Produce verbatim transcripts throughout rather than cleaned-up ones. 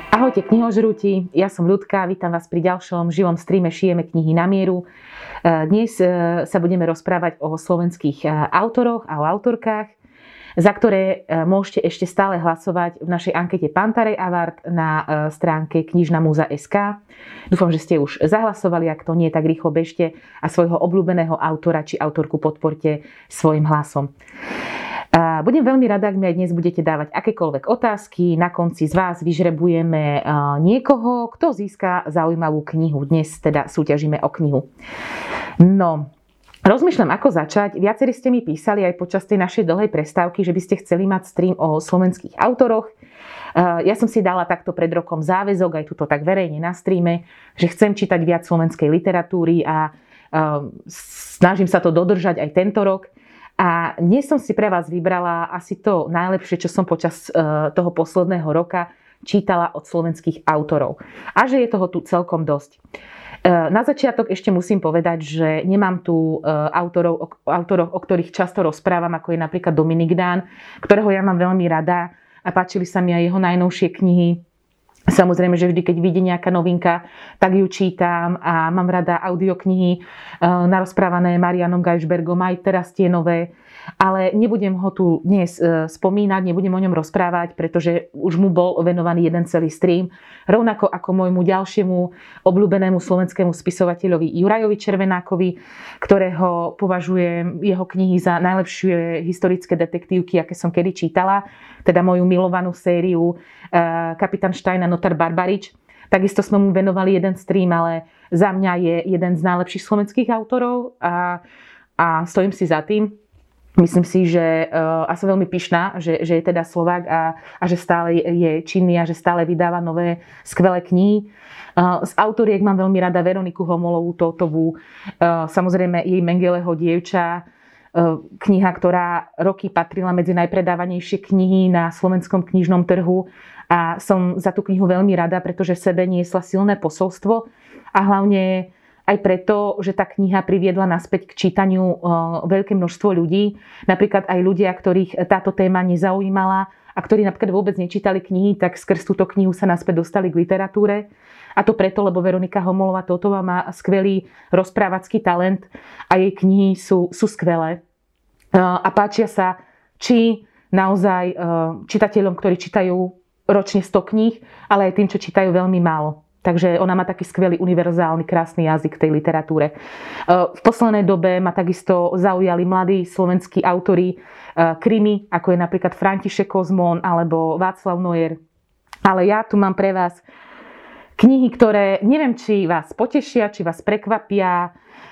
Ahojte knihožrúti, ja som Ľudka, vítam vás pri ďalšom živom streame Šijeme knihy na mieru. Dnes sa budeme rozprávať o slovenských autoroch a o autorkách, za ktoré môžete ešte stále hlasovať v našej ankete Pantarej Award na stránke knižna múza bodka es ká. Dúfam, že ste už zahlasovali, ak to nie, tak rýchlo bežte a svojho obľúbeného autora či autorku podporte svojim hlasom. Budem veľmi rada, ak mi aj dnes budete dávať akékoľvek otázky. Na konci z vás vyžrebujeme niekoho, kto získa zaujímavú knihu. Dnes teda súťažíme o knihu. No, rozmýšľam, ako začať. Viacerí ste mi písali aj počas tej našej dlhej prestávky, že by ste chceli mať stream o slovenských autoroch. Ja som si dala takto pred rokom záväzok, aj tuto tak verejne na streame, že chcem čítať viac slovenskej literatúry a snažím sa to dodržať aj tento rok. A dnes som si pre vás vybrala asi to najlepšie, čo som počas toho posledného roka čítala od slovenských autorov. A že je toho tu celkom dosť. Na začiatok ešte musím povedať, že nemám tu autorov, autorov, o ktorých často rozprávam, ako je napríklad Dominik Dán, ktorého ja mám veľmi rada a páčili sa mi aj jeho najnovšie knihy. Samozrejme, že vždy, keď vyjde nejaká novinka, tak ju čítam a mám rada audioknihy narozprávané Marianom Geisbergom, aj teraz tie nové. Ale nebudem ho tu dnes spomínať, nebudem o ňom rozprávať, pretože už mu bol venovaný jeden celý stream. Rovnako ako môjmu ďalšiemu obľúbenému slovenskému spisovateľovi Jurajovi Červenákovi, ktorého považujem jeho knihy za najlepšie historické detektívky, aké som kedy čítala. Teda moju milovanú sériu Kapitán Stein a Notar Barbarič. Takisto sme mu venovali jeden stream, ale za mňa je jeden z najlepších slovenských autorov a, a stojím si za tým. Myslím si, že a som veľmi pyšná, že, že je teda Slovák a, a že stále je činný a že stále vydáva nové skvelé knihy. Z autoriek mám veľmi rada Veroniku Homolovú Tótovú, samozrejme jej Mengeleho dievča, kniha, ktorá roky patrila medzi najpredávanejšie knihy na slovenskom knižnom trhu a som za tú knihu veľmi rada, pretože v sebe niesla silné posolstvo a hlavne aj preto, že tá kniha priviedla naspäť k čítaniu veľké množstvo ľudí, napríklad aj ľudia, ktorých táto téma nezaujímala a ktorí napríklad vôbec nečítali knihy, tak skrz túto knihu sa naspäť dostali k literatúre. A to preto, lebo Veronika Homolová Tótová má skvelý rozprávacký talent a jej knihy sú, sú skvelé. A páčia sa či naozaj čitateľom, ktorí čítajú ročne sto kníh, ale aj tým, čo čítajú veľmi málo. Takže ona má taký skvelý, univerzálny, krásny jazyk v tej literatúre. V poslednej dobe ma takisto zaujali mladí slovenskí autori krimi, ako je napríklad František Kozmón alebo Václav Neuer. Ale ja tu mám pre vás knihy, ktoré neviem, či vás potešia, či vás prekvapia,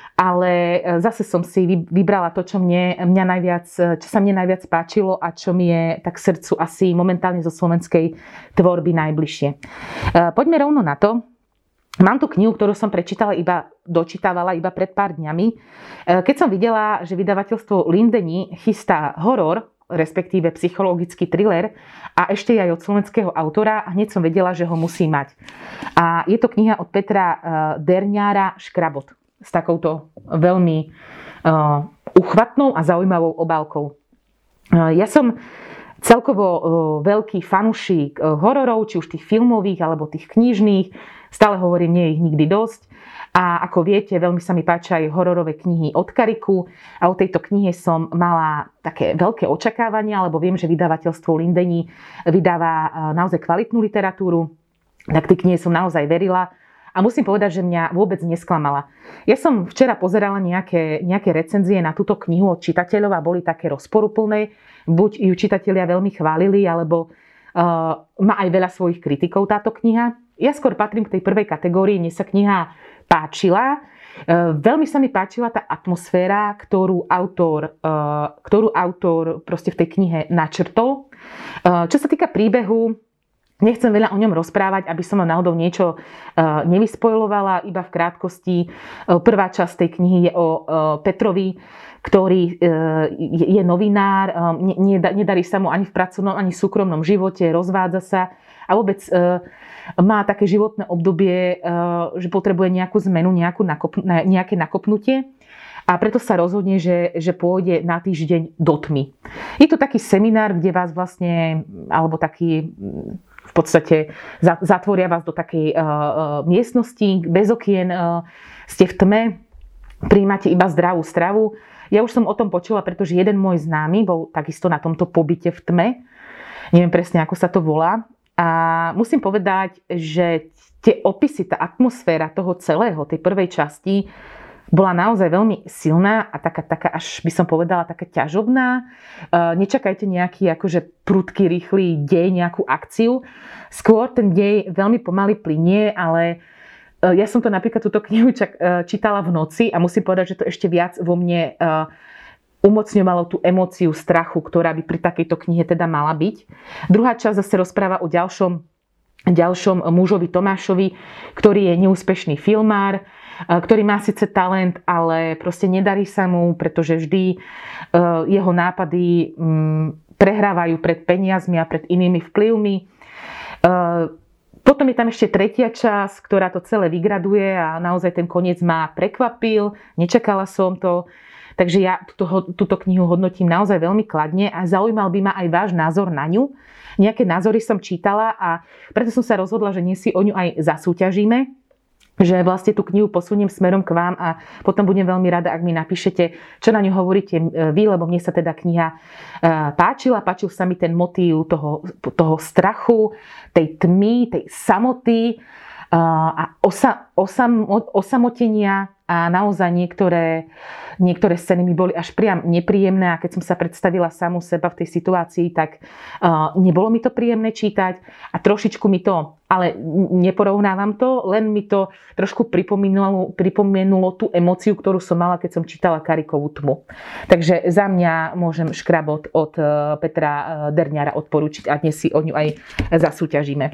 ale zase som si vybrala to, čo, mne, mňa najviac, čo sa mne najviac páčilo a čo mi je tak srdcu asi momentálne zo slovenskej tvorby najbližšie. Poďme rovno na to. Mám tu knihu, ktorú som prečítala iba, dočítavala iba pred pár dňami. Keď som videla, že vydavateľstvo Lindeni chystá horor, respektíve psychologický thriller a ešte aj od slovenského autora, hneď som vedela, že ho musí mať. A je to kniha od Petra Derniára Škrabot s takouto veľmi uh, uchvatnou a zaujímavou obálkou. Uh, ja som celkovo uh, veľký fanúšik uh, hororov, či už tých filmových alebo tých knižných. Stále hovorím, nie je ich nikdy dosť. A ako viete, veľmi sa mi páčia aj hororové knihy od Kariku. A o tejto knihe som mala také veľké očakávania, lebo viem, že vydavateľstvo Lindeni vydáva uh, naozaj kvalitnú literatúru. Tak tej knihe som naozaj verila. A musím povedať, že mňa vôbec nesklamala. Ja som včera pozerala nejaké, nejaké recenzie na túto knihu od čitateľov a boli také rozporuplné. Buď ju čitatelia veľmi chválili, alebo uh, má aj veľa svojich kritikov táto kniha. Ja skôr patrím k tej prvej kategórii, mne sa kniha páčila. Uh, veľmi sa mi páčila tá atmosféra, ktorú autor, uh, ktorú autor proste v tej knihe načrtol. Uh, čo sa týka príbehu, nechcem veľa o ňom rozprávať, aby som vám náhodou niečo nevyspoilovala, iba v krátkosti. Prvá časť tej knihy je o Petrovi, ktorý je novinár, nedarí sa mu ani v pracovnom, ani v súkromnom živote, rozvádza sa a vôbec má také životné obdobie, že potrebuje nejakú zmenu, nejakú nakop, nejaké nakopnutie. A preto sa rozhodne, že, že pôjde na týždeň do tmy. Je to taký seminár, kde vás vlastne, alebo taký v podstate zatvoria vás do takej miestnosti bez okien, ste v tme, prijímate iba zdravú stravu. Ja už som o tom počula, pretože jeden môj známy bol takisto na tomto pobyte v tme. Neviem presne, ako sa to volá. A musím povedať, že tie opisy, tá atmosféra toho celého, tej prvej časti, bola naozaj veľmi silná a taká, taká až by som povedala, taká ťažobná. Nečakajte nejaký akože prudký, rýchly dej, nejakú akciu. Skôr ten dej veľmi pomaly plynie, ale ja som to napríklad túto knihu čítala v noci a musím povedať, že to ešte viac vo mne umocňovalo tú emóciu strachu, ktorá by pri takejto knihe teda mala byť. Druhá časť zase rozpráva o ďalšom, ďalšom mužovi Tomášovi, ktorý je neúspešný filmár, ktorý má síce talent, ale proste nedarí sa mu, pretože vždy jeho nápady prehrávajú pred peniazmi a pred inými vplyvmi. Potom je tam ešte tretia časť, ktorá to celé vygraduje a naozaj ten koniec ma prekvapil. Nečakala som to. Takže ja túto, túto knihu hodnotím naozaj veľmi kladne a zaujímal by ma aj váš názor na ňu. Nejaké názory som čítala a preto som sa rozhodla, že dnes si o ňu aj zasúťažíme. Že vlastne tú knihu posuniem smerom k vám a potom budem veľmi rada, ak mi napíšete, čo na ňu hovoríte vy, lebo mne sa teda kniha páčila. Páčil sa mi ten motív toho, toho strachu, tej tmy, tej samoty a osa, osam, osamotenia a naozaj niektoré, niektoré scény mi boli až priam nepríjemné a keď som sa predstavila samu seba v tej situácii, tak uh, nebolo mi to príjemné čítať a trošičku mi to, ale neporovnávam to, len mi to trošku pripomenulo, pripomenulo tú emóciu, ktorú som mala, keď som čítala Karikovú tmu. Takže za mňa môžem škrabot od uh, Petra Derniara odporúčiť a dnes si o ňu aj zasúťažíme.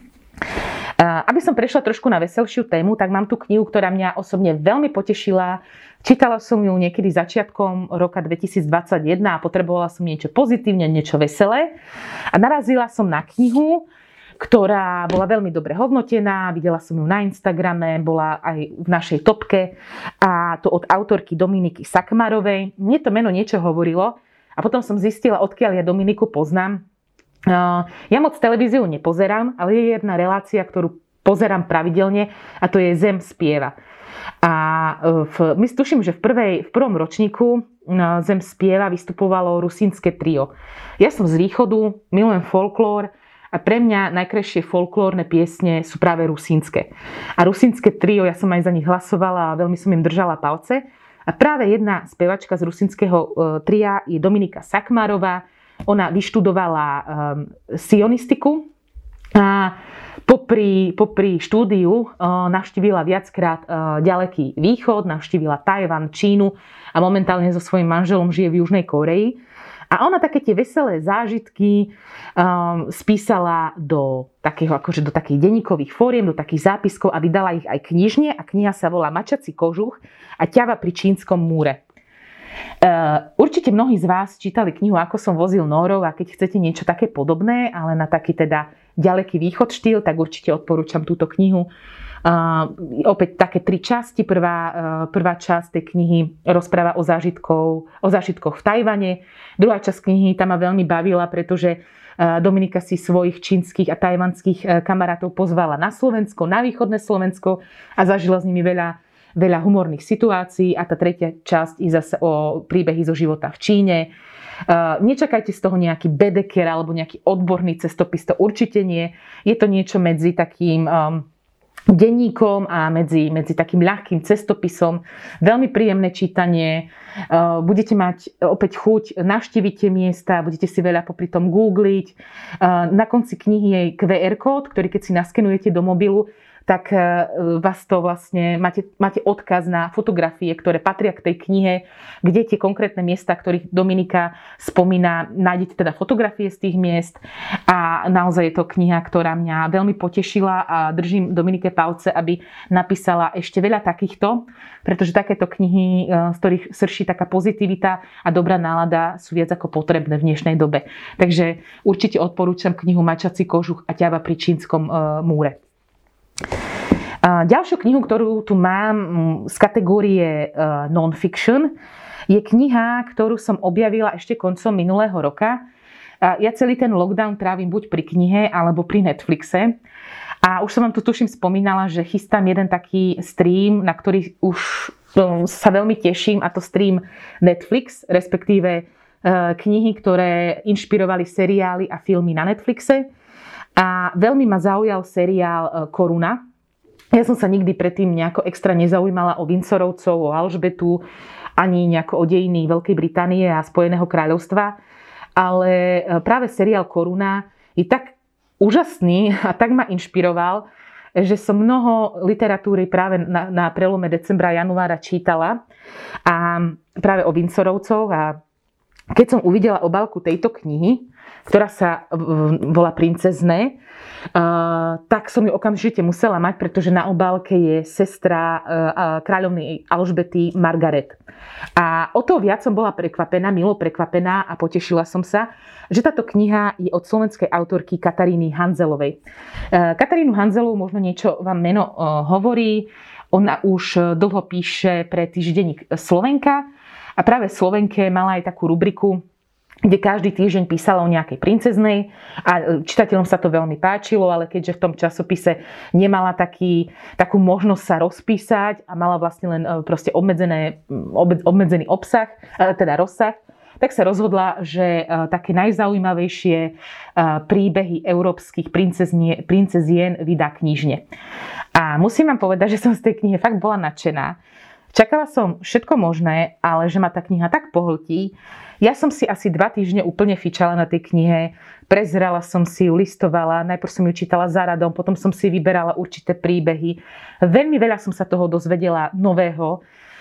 Aby som prešla trošku na veselšiu tému, tak mám tu knihu, ktorá mňa osobne veľmi potešila. Čítala som ju niekedy začiatkom roka dvetisícdvadsaťjeden a potrebovala som niečo pozitívne, niečo veselé. A narazila som na knihu, ktorá bola veľmi dobre hodnotená. Videla som ju na Instagrame, bola aj v našej topke. A to od autorky Dominiky Sakmarovej. Mne to meno niečo hovorilo a potom som zistila, odkiaľ ja Dominiku poznám. Ja moc televíziu nepozerám, ale je jedna relácia, ktorú pozerám pravidelne a to je Zem spieva. A v, my tuším, že v, prvej, v prvom ročníku Zem spieva vystupovalo rusínske trio. Ja som z východu, milujem folklór a pre mňa najkrajšie folklórne piesne sú práve rusínske. A rusínske trio, ja som aj za nich hlasovala a veľmi som im držala palce. A práve jedna spevačka z rusínskeho tria je Dominika Sakmarová. Ona vyštudovala um, sionistiku a popri, popri štúdiu uh, navštívila viackrát uh, ďaleký východ, navštívila Tajvan, Čínu a momentálne so svojím manželom žije v Južnej Kórei. A ona také tie veselé zážitky um, spísala do takého, akože do takých denníkových fóriem, do takých zápiskov a vydala ich aj knižne a kniha sa volá Mačací kožuch a ťava pri čínskom múre. Uh, určite mnohí z vás čítali knihu Ako som vozil Nórov a keď chcete niečo také podobné, ale na taký teda ďaleký východ štýl, tak určite odporúčam túto knihu. Uh, opäť také tri časti. Prvá, uh, prvá časť tej knihy rozpráva o, zážitkov, o zážitkoch v Tajvane. Druhá časť knihy tam ma veľmi bavila, pretože uh, Dominika si svojich čínskych a tajvanských uh, kamarátov pozvala na Slovensko, na východné Slovensko a zažila s nimi veľa veľa humorných situácií a tá tretia časť je zase o príbehy zo života v Číne. Uh, nečakajte z toho nejaký bedeker alebo nejaký odborný cestopis, to určite nie. Je to niečo medzi takým um, denníkom a medzi, medzi takým ľahkým cestopisom. Veľmi príjemné čítanie. Uh, budete mať opäť chuť, navštíviť tie miesta, budete si veľa popri tom googliť. Uh, na konci knihy je kvé er kód, ktorý keď si naskenujete do mobilu, tak vás to vlastne, máte, máte odkaz na fotografie, ktoré patria k tej knihe, kde tie konkrétne miesta, ktorých Dominika spomína, nájdete teda fotografie z tých miest a naozaj je to kniha, ktorá mňa veľmi potešila a držím Dominike palce, aby napísala ešte veľa takýchto, pretože takéto knihy, z ktorých srší taká pozitivita a dobrá nálada sú viac ako potrebné v dnešnej dobe. Takže určite odporúčam knihu Mačací kožuch a ťava pri čínskom múre. Ďalšiu knihu, ktorú tu mám z kategórie non-fiction, je kniha, ktorú som objavila ešte koncom minulého roka. Ja celý ten lockdown trávim buď pri knihe, alebo pri Netflixe. A už som vám tu tuším spomínala, že chystám jeden taký stream, na ktorý už sa veľmi teším, a to stream Netflix, respektíve knihy, ktoré inšpirovali seriály a filmy na Netflixe. A veľmi ma zaujal seriál Koruna. Ja som sa nikdy predtým nejako extra nezaujímala o Windsorovcov, o Alžbetu, ani nejako o dejiny Veľkej Británie a Spojeného kráľovstva. Ale práve seriál Koruna je tak úžasný a tak ma inšpiroval, že som mnoho literatúry práve na, na prelome decembra a januára čítala. A práve o Windsorovcoch. A keď som uvidela obálku tejto knihy, ktorá sa volá Princezné, tak som ju okamžite musela mať, pretože na obálke je sestra kráľovnej Alžbety Margaret. A o to viac som bola prekvapená, milo prekvapená a potešila som sa, že táto kniha je od slovenskej autorky Kataríny Hanzelovej. Katarínu Hanzelovú možno niečo vám meno hovorí. Ona už dlho píše pre týždenník Slovenka a práve v Slovenke mala aj takú rubriku, kde každý týždeň písala o nejakej princeznej a čitateľom sa to veľmi páčilo, ale keďže v tom časopise nemala taký, takú možnosť sa rozpísať a mala vlastne len proste obmedzené, obmedzený obsah, teda rozsah, tak sa rozhodla, že také najzaujímavejšie príbehy európskych princezien vydá knižne. A musím vám povedať, že som z tej knihy fakt bola nadšená. Čakala som všetko možné, ale že ma tá kniha tak pohltí. Ja som si asi dva týždne úplne fičala na tej knihe, prezerala som si ju, listovala, najprv som ju čítala za radom, potom som si vyberala určité príbehy. Veľmi veľa som sa toho dozvedela nového.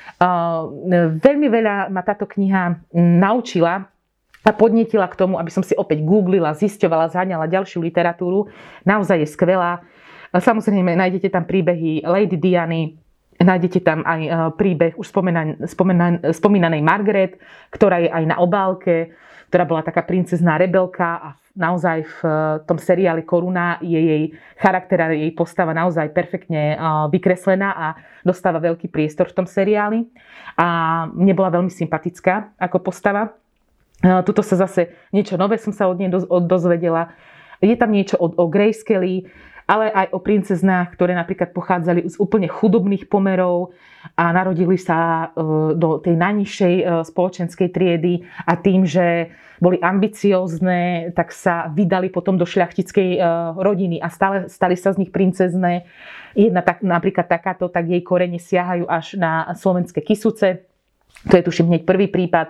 Veľmi veľa ma táto kniha naučila a podnietila k tomu, aby som si opäť googlila, zisťovala, zháňala ďalšiu literatúru. Naozaj je skvelá. Samozrejme, nájdete tam príbehy Lady Diany, nájdete tam aj príbeh už spomenanej, spomínanej Margaret, ktorá je aj na obálke, ktorá bola taká princezná rebelka a naozaj v tom seriáli Koruna je jej charakter a jej postava naozaj perfektne vykreslená a dostáva veľký priestor v tom seriáli. A mne bola veľmi sympatická ako postava. Tuto sa zase niečo nové som sa od nej dozvedela. Je tam niečo o, o Grace Kelly, ale aj o princeznách, ktoré napríklad pochádzali z úplne chudobných pomerov a narodili sa do tej najnižšej spoločenskej triedy a tým, že boli ambiciózne, tak sa vydali potom do šľachtickej rodiny a stále, stali sa z nich princezné. Jedna tak, napríklad takáto, tak jej korene siahajú až na slovenské Kysuce. To je tuším hneď prvý prípad.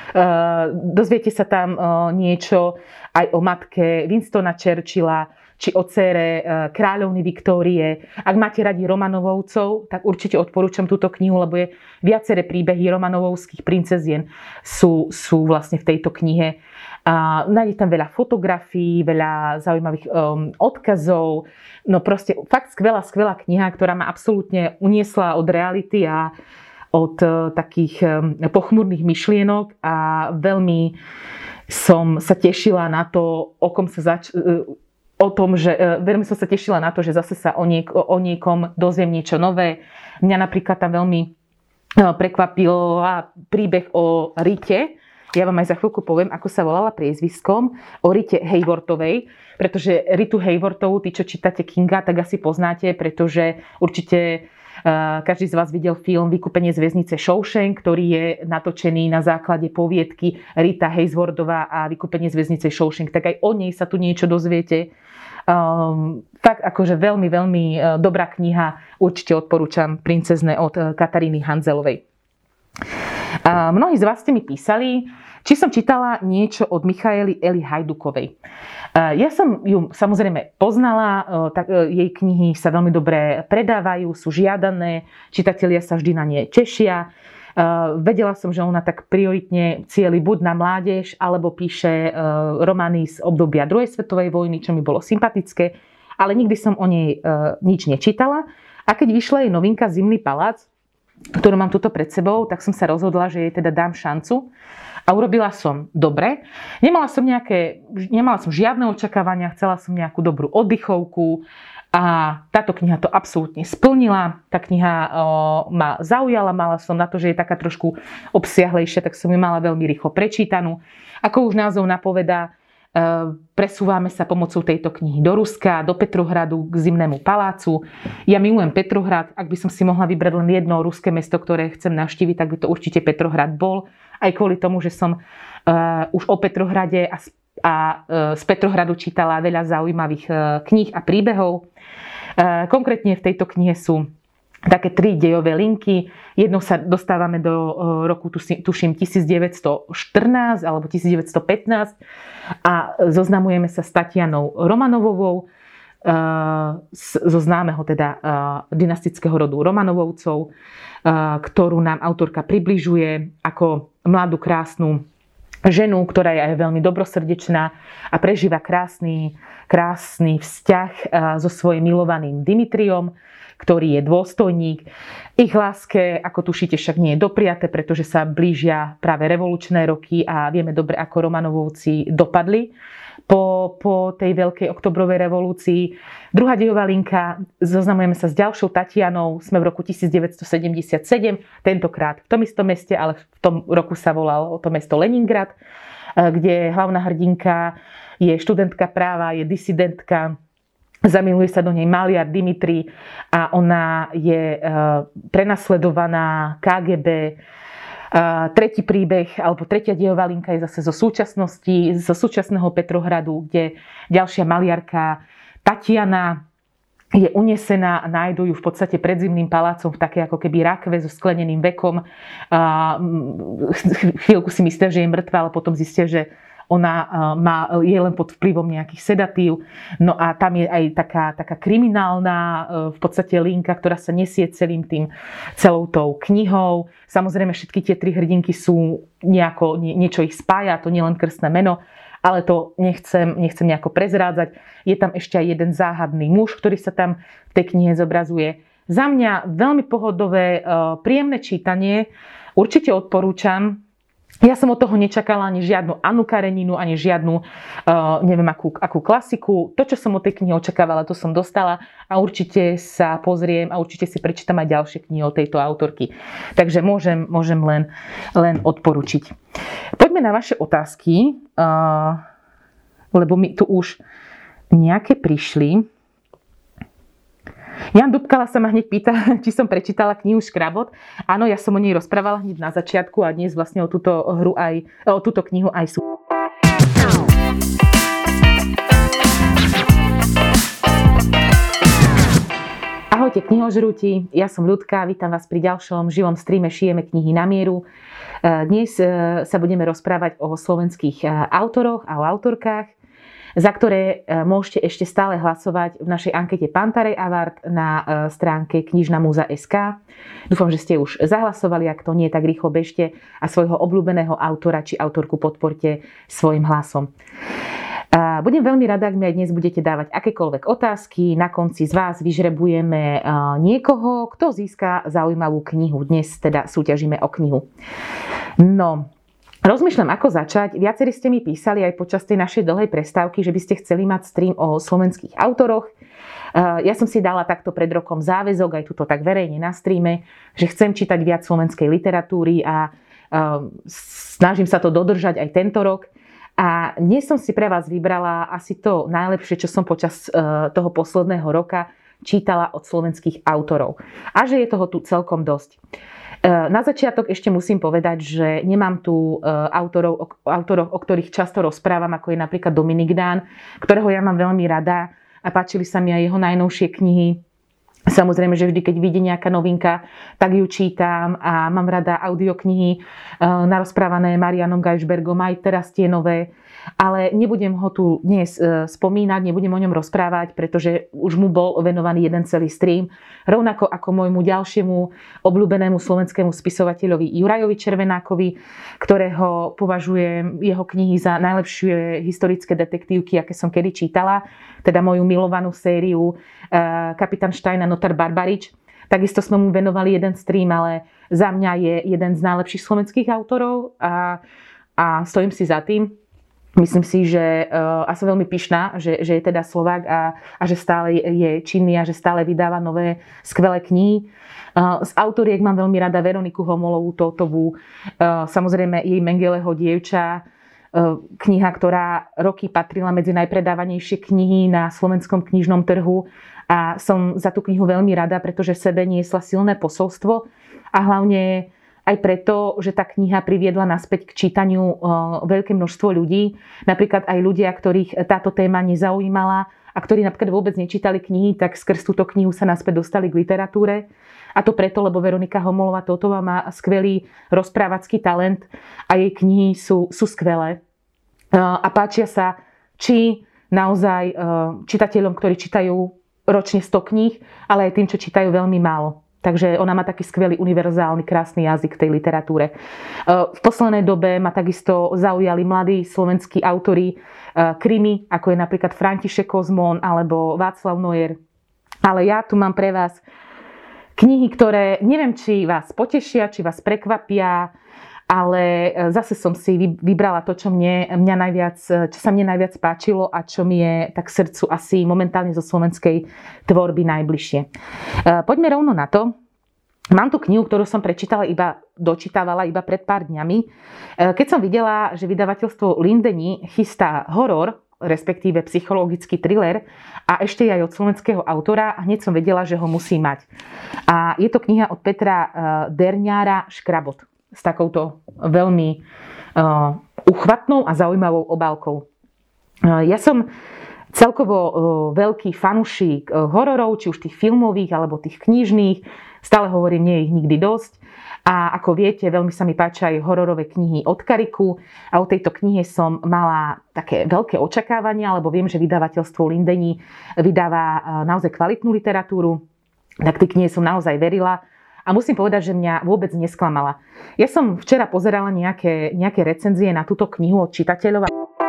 Dozviete sa tam niečo aj o matke Winstona Churchilla, či o dcére kráľovny Viktórie. Ak máte radi Romanovovcov, tak určite odporúčam túto knihu, lebo je viaceré príbehy romanovovských princezien sú, sú vlastne v tejto knihe. A nájdete tam veľa fotografií, veľa zaujímavých um, odkazov. No proste fakt skvelá, skvelá kniha, ktorá ma absolútne uniesla od reality a od uh, takých um, pochmurných myšlienok a veľmi som sa tešila na to, o kom sa zač- uh, o tom, že veľmi som sa tešila na to, že zase sa o, niek- o niekom dozviem niečo nové. Mňa napríklad tam veľmi prekvapil príbeh o Rite. Ja vám aj za chvíľku poviem, ako sa volala priezviskom, o Rite Hayworthovej, pretože Ritu Hayworthovú, tí, čo čítate Kinga, tak asi poznáte, pretože určite každý z vás videl film Vykúpenie z väznice Shawshank, ktorý je natočený na základe poviedky Rita Hayworthová a Vykúpenie z väznice Shawshank. Tak aj o nej sa tu niečo dozviete. Um, fakt akože veľmi, veľmi dobrá kniha. Určite odporúčam Princezné od Kataríny Hanzelovej. Uh, mnohí z vás ste mi písali, či som čítala niečo od Michaely Eli Hajdukovej. Ja som ju samozrejme poznala, tak jej knihy sa veľmi dobre predávajú, sú žiadané, čitatelia sa vždy na ne tešia. Vedela som, že ona tak prioritne cieli buď na mládež, alebo píše romány z obdobia druhej svetovej vojny, čo mi bolo sympatické, ale nikdy som o nej nič nečítala. A keď vyšla jej novinka Zimný palác, ktorú mám tuto pred sebou, tak som sa rozhodla, že jej teda dám šancu. A urobila som dobre. Nemala som nejaké, nemala som žiadne očakávania, chcela som nejakú dobrú oddychovku a táto kniha to absolútne splnila. Tá kniha o, ma zaujala, mala som na to, že je taká trošku obsiahlejšia, tak som ju mala veľmi rýchlo prečítanú. Ako už názov napovedá, Presúvame sa pomocou tejto knihy do Ruska, do Petrohradu, k Zimnému palácu. Ja milujem Petrohrad. Ak by som si mohla vybrať len jedno ruské mesto, ktoré chcem navštíviť, tak by to určite Petrohrad bol. Aj kvôli tomu, že som uh, už o Petrohrade a, a uh, z Petrohradu čítala veľa zaujímavých uh, kníh a príbehov. Uh, konkrétne v tejto knihe sú také tri dejové linky. Jednou sa dostávame do roku, tuším, devätnásťstoštrnásť alebo devätnásťstopätnásť a zoznamujeme sa s Tatianou Romanovovou zo známeho teda dynastického rodu Romanovovcov, ktorú nám autorka približuje ako mladú, krásnu ženu, ktorá je aj veľmi dobrosrdečná a prežíva krásny, krásny vzťah so svojím milovaným Dimitriom, ktorý je dôstojník. Ich láske, ako tušíte, však nie je dopriaté, pretože sa blížia práve revolučné roky a vieme dobre, ako Romanovovci dopadli po, po tej veľkej oktobrovej revolúcii. Druhá dejová linka, zoznamujeme sa s ďalšou Tatianou, sme v roku devätnásťstosedemdesiatsedem, tentokrát v tom istom meste, ale v tom roku sa volalo to mesto Leningrad, kde hlavná hrdinka je študentka práva, je disidentka, zamiluje sa do nej maliar Dimitri a ona je prenasledovaná ká gé bé. Tretí príbeh, alebo tretia dejová linka je zase zo súčasnosti, zo súčasného Petrohradu, kde ďalšia maliarka Tatiana je unesená a nájdu ju v podstate pred Zimným palácom v také ako keby rakve so skleneným vekom. Chvíľku si myslia, že je mŕtva, ale potom zistia, že ona má, je len pod vplyvom nejakých sedatív. No a tam je aj taká, taká kriminálna v podstate linka, ktorá sa nesie celým tým, celou tou knihou. Samozrejme, všetky tie tri hrdinky sú nejako, nie, niečo ich spája, to nie len krstné meno, ale to nechcem, nechcem nejako prezrádzať. Je tam ešte aj jeden záhadný muž, ktorý sa tam v tej knihe zobrazuje. Za mňa veľmi pohodové, príjemné čítanie. Určite odporúčam. Ja som od toho nečakala ani žiadnu Annu Kareninu, ani žiadnu, uh, neviem akú, akú klasiku. To, čo som od tej knihy očakávala, to som dostala a určite sa pozriem a určite si prečítam aj ďalšie knihy od tejto autorky. Takže môžem, môžem len, len odporučiť. Poďme na vaše otázky, uh, lebo mi tu už nejaké prišli. Jan Dubkala sa ma hneď pýta, či som prečítala knihu Škrabot. Áno, ja som o nej rozprávala hneď na začiatku a dnes vlastne o túto hru aj, o túto knihu aj sú. Ahojte knihožrúti, ja som Ľudka, vítam vás pri ďalšom živom streame Šijeme knihy na mieru. Dnes sa budeme rozprávať o slovenských autoroch a o autorkách, za ktoré môžete ešte stále hlasovať v našej ankete Pantarej Award na stránke knižna múza bodka es ká. Dúfam, že ste už zahlasovali, ak to nie, tak rýchlo bežte a svojho obľúbeného autora či autorku podporte svojim hlasom. Budem veľmi rada, ak mi aj dnes budete dávať akékoľvek otázky. Na konci z vás vyžrebujeme niekoho, kto získa zaujímavú knihu. Dnes teda súťažíme o knihu. No, rozmýšľam, ako začať. Viacerí ste mi písali aj počas tej našej dlhej prestávky, že by ste chceli mať stream o slovenských autoroch. Ja som si dala takto pred rokom záväzok, aj tuto tak verejne na streame, že chcem čítať viac slovenskej literatúry a snažím sa to dodržať aj tento rok. A dnes som si pre vás vybrala asi to najlepšie, čo som počas toho posledného roka čítala od slovenských autorov. A že je toho tu celkom dosť. Na začiatok ešte musím povedať, že nemám tu autorov, autorov, o ktorých často rozprávam, ako je napríklad Dominik Dán, ktorého ja mám veľmi rada a páčili sa mi aj jeho najnovšie knihy. Samozrejme, že vždy, keď vyjde nejaká novinka, tak ju čítam a mám rada audioknihy narozprávané Marianom Geisbergom, aj teraz tie nové. Ale nebudem ho tu dnes spomínať, nebudem o ňom rozprávať, pretože už mu bol venovaný jeden celý stream. Rovnako ako môjmu ďalšiemu obľúbenému slovenskému spisovateľovi Jurajovi Červenákovi, ktorého považujem jeho knihy za najlepšie historické detektívky, aké som kedy čítala. Teda moju milovanú sériu Kapitán Stein a Notar Barbarič. Takisto sme mu venovali jeden stream, ale za mňa je jeden z najlepších slovenských autorov a, a stojím si za tým. Myslím si, že a som veľmi pyšná, že, že je teda Slovák a, a že stále je činný a že stále vydáva nové skvelé knihy. Z autoriek mám veľmi rada Veroniku Homolovú, Tótovú, samozrejme jej Mengeleho dievča, kniha, ktorá roky patrila medzi najpredávanejšie knihy na slovenskom knižnom trhu a som za tú knihu veľmi rada, pretože v sebe niesla silné posolstvo a hlavne aj preto, že tá kniha priviedla naspäť k čítaniu veľké množstvo ľudí, napríklad aj ľudia, ktorých táto téma nezaujímala a ktorí napríklad vôbec nečítali knihy, tak skrz túto knihu sa naspäť dostali k literatúre. A to preto, lebo Veronika Homolová-Tótová má skvelý rozprávacký talent a jej knihy sú, sú skvelé. A páčia sa či naozaj čitateľom, ktorí čítajú ročne sto kníh, ale aj tým, čo čítajú veľmi málo. Takže ona má taký skvelý, univerzálny, krásny jazyk v tej literatúre. V poslednej dobe ma takisto zaujali mladí slovenskí autori krimi, ako je napríklad František Kozmón alebo Václav Neuer. Ale ja tu mám pre vás knihy, ktoré neviem, či vás potešia, či vás prekvapia, ale zase som si vybrala to, čo, mne, mňa najviac, čo sa mne najviac páčilo a čo mi je tak srdcu asi momentálne zo slovenskej tvorby najbližšie. Poďme rovno na to. Mám tu knihu, ktorú som prečítala iba, dočítavala iba pred pár dňami. Keď som videla, že vydavateľstvo Lindeni chystá horor, respektíve psychologický thriller a ešte aj od slovenského autora, hneď som vedela, že ho musí mať. A je to kniha od Petra Derniára Škrabot s takouto veľmi uchvatnou a zaujímavou obálkou. Ja som celkovo veľký fanúšik hororov, či už tých filmových alebo tých knižných. Stále hovorím, nie je ich nikdy dosť. A ako viete, veľmi sa mi páčia aj hororové knihy od Kariku. A o tejto knihe som mala také veľké očakávania, lebo viem, že vydavateľstvo Lindeni vydáva naozaj kvalitnú literatúru. Tak tej knihe som naozaj verila. A musím povedať, že mňa vôbec nesklamala. Ja som včera pozerala nejaké, nejaké recenzie na túto knihu od čitateľov.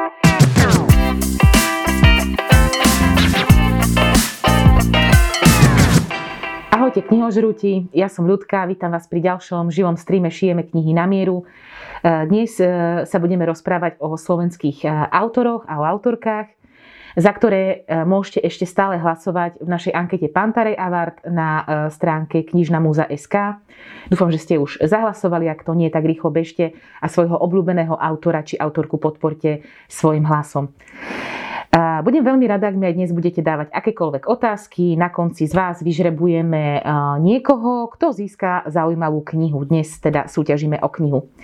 Ahojte knihožrúti, ja som Ľudka, vítam vás pri ďalšom živom streame Šijeme knihy na mieru. Dnes sa budeme rozprávať o slovenských autoroch a o autorkách, za ktoré môžete ešte stále hlasovať v našej ankete Pantarej Award na stránke knižna múza bodka es ká. Dúfam, že ste už zahlasovali, ak to nie, tak rýchlo bežte a svojho obľúbeného autora či autorku podporte svojim hlasom. Budem veľmi rada, ak mi aj dnes budete dávať akékoľvek otázky. Na konci z vás vyžrebujeme niekoho, kto získa zaujímavú knihu. Dnes teda súťažíme o knihu.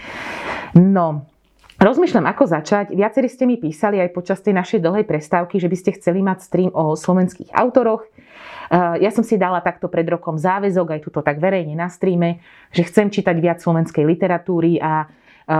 No, rozmýšľam, ako začať. Viacerí ste mi písali aj počas tej našej dlhej prestávky, že by ste chceli mať stream o slovenských autoroch. Ja som si dala takto pred rokom záväzok, aj tuto tak verejne na streame, že chcem čítať viac slovenskej literatúry a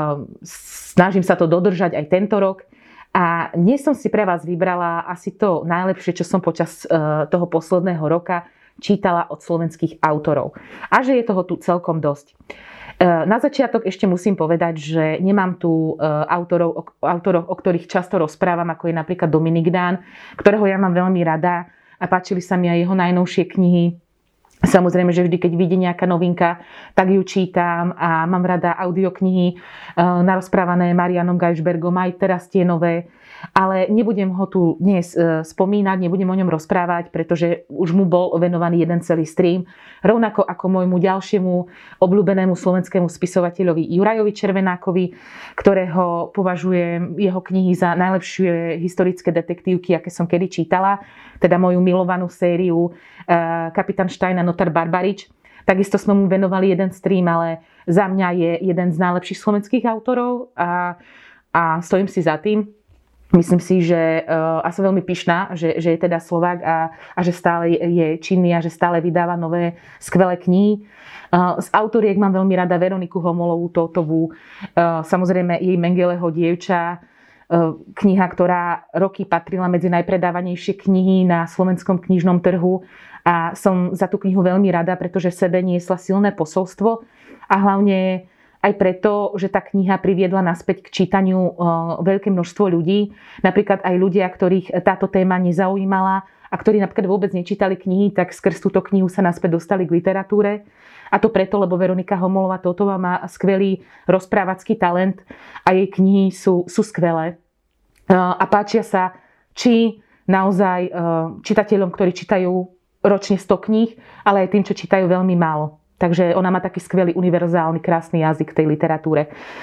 snažím sa to dodržať aj tento rok. A dnes som si pre vás vybrala asi to najlepšie, čo som počas toho posledného roka čítala od slovenských autorov. A že je toho tu celkom dosť. Na začiatok ešte musím povedať, že nemám tu autorov, autorov, o ktorých často rozprávam, ako je napríklad Dominik Dán, ktorého ja mám veľmi rada a páčili sa mi aj jeho najnovšie knihy. Samozrejme, že vždy, keď vyjde nejaká novinka, tak ju čítam a mám rada audioknihy narozprávané Marianom Geisbergom, aj teraz tie nové. Ale nebudem ho tu dnes spomínať, nebudem o ňom rozprávať, pretože už mu bol venovaný jeden celý stream. Rovnako ako môjmu ďalšiemu obľúbenému slovenskému spisovateľovi Jurajovi Červenákovi, ktorého považujem jeho knihy za najlepšie historické detektívky, aké som kedy čítala. Teda moju milovanú sériu Kapitán Stein a Notar Barbarič. Takisto sme mu venovali jeden stream, ale za mňa je jeden z najlepších slovenských autorov a, a stojím si za tým. Myslím si, že a som veľmi pyšná, že, že je teda Slovák a, a že stále je činný a že stále vydáva nové skvelé knihy. Z autoriek mám veľmi rada Veroniku Homolovú-Tótovú, samozrejme jej Mengeleho dievča, kniha, ktorá roky patrila medzi najpredávanejšie knihy na slovenskom knižnom trhu a som za tú knihu veľmi rada, pretože v sebe niesla silné posolstvo a hlavne aj preto, že tá kniha priviedla naspäť k čítaniu veľké množstvo ľudí. Napríklad aj ľudia, ktorých táto téma nezaujímala a ktorí napríklad vôbec nečítali knihy, tak skrz túto knihu sa naspäť dostali k literatúre. A to preto, lebo Veronika Homolová-Tótová má skvelý rozprávacký talent a jej knihy sú, sú skvelé. A páčia sa či naozaj čitateľom, ktorí čítajú ročne sto kníh, ale aj tým, čo čítajú veľmi málo. Takže ona má taký skvelý, univerzálny, krásny jazyk v tej literatúre.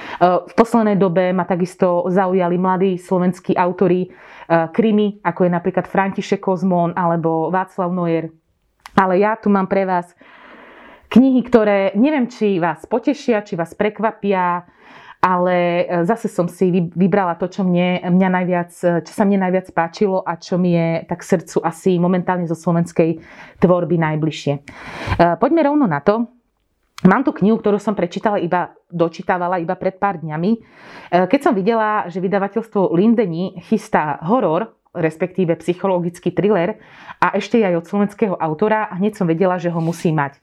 V poslednej dobe ma takisto zaujali mladí slovenskí autori krimi, ako je napríklad František Kozmón alebo Václav Neuer. Ale ja tu mám pre vás knihy, ktoré neviem, či vás potešia, či vás prekvapia, ale zase som si vybrala to, čo, mne, mňa najviac, čo sa mne najviac páčilo a čo mi je tak srdcu asi momentálne zo slovenskej tvorby najbližšie. Poďme rovno na to. Mám tu knihu, ktorú som prečítala iba, dočítavala iba pred pár dňami. Keď som videla, že vydavateľstvo Lindeni chystá horor, respektíve psychologický thriller a ešte aj od slovenského autora, hneď som vedela, že ho musí mať.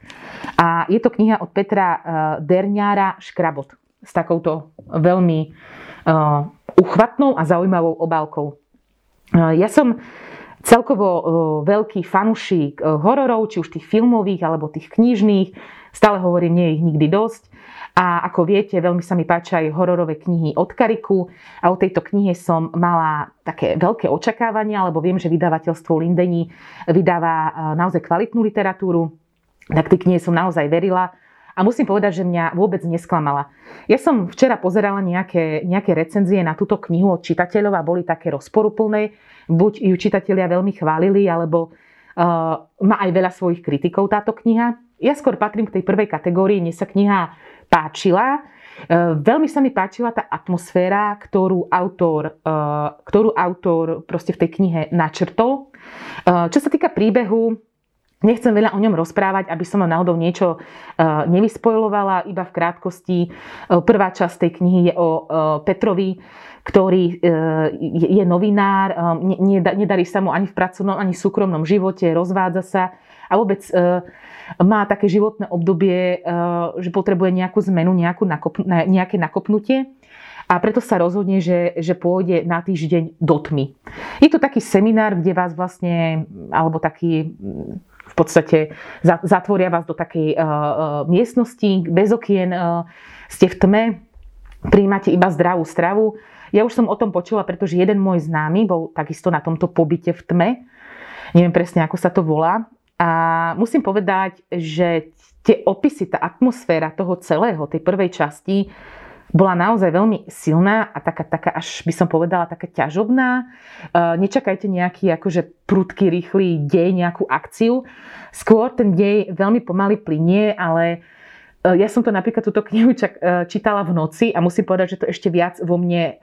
A je to kniha od Petra Derniára Škrabot s takouto veľmi uh, uchvatnou a zaujímavou obálkou. Uh, ja som celkovo uh, veľký fanúšik uh, hororov, či už tých filmových alebo tých knižných. Stále hovorím, nie je ich nikdy dosť. A ako viete, veľmi sa mi páčia aj hororové knihy od Kariku. A o tejto knihe som mala také veľké očakávania, lebo viem, že vydavateľstvo Lindeni vydáva uh, naozaj kvalitnú literatúru. Tak tej knihe som naozaj verila. A musím povedať, že mňa vôbec nesklamala. Ja som včera pozerala nejaké, nejaké recenzie na túto knihu od čitateľov a boli také rozporuplné. Buď ju čitatelia veľmi chválili, alebo uh, má aj veľa svojich kritikov táto kniha. Ja skôr patrím k tej prvej kategórii, mne sa kniha páčila. Uh, veľmi sa mi páčila tá atmosféra, ktorú autor, uh, ktorú autor proste v tej knihe načrtol. Uh, čo sa týka príbehu, nechcem veľa o ňom rozprávať, aby som vám náhodou niečo uh, nevyspoilovala, iba v krátkosti. Uh, prvá časť tej knihy je o uh, Petrovi, ktorý uh, je, je novinár, uh, ne, nedarí sa mu ani v pracovnom, ani v súkromnom živote, rozvádza sa a vôbec uh, má také životné obdobie, uh, že potrebuje nejakú zmenu, nejakú nakop, nejaké nakopnutie. A preto sa rozhodne, že, že pôjde na týždeň do tmy. Je to taký seminár, kde vás vlastne, alebo taký v podstate zatvoria vás do takej uh, miestnosti bez okien, uh, ste v tme, prijímate iba zdravú stravu. Ja už som o tom počula, pretože jeden môj známy bol takisto na tomto pobyte v tme. Neviem presne, ako sa to volá. A musím povedať, že tie opisy, tá atmosféra toho celého, tej prvej časti, bola naozaj veľmi silná a taká, taká až by som povedala, taká ťažobná. Nečakajte nejaký akože prudký, rýchly dej, nejakú akciu. Skôr ten dej veľmi pomaly plynie, ale ja som to napríklad túto knihu čítala v noci a musím povedať, že to ešte viac vo mne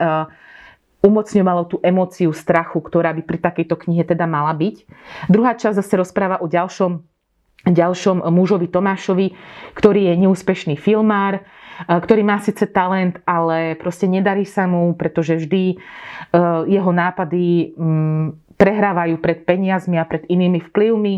umocňovalo tú emóciu strachu, ktorá by pri takejto knihe teda mala byť. Druhá časť zase rozpráva o ďalšom, ďalšom mužovi Tomášovi, ktorý je neúspešný filmár, ktorý má síce talent, ale proste nedarí sa mu, pretože vždy jeho nápady prehrávajú pred peniazmi a pred inými vplyvmi.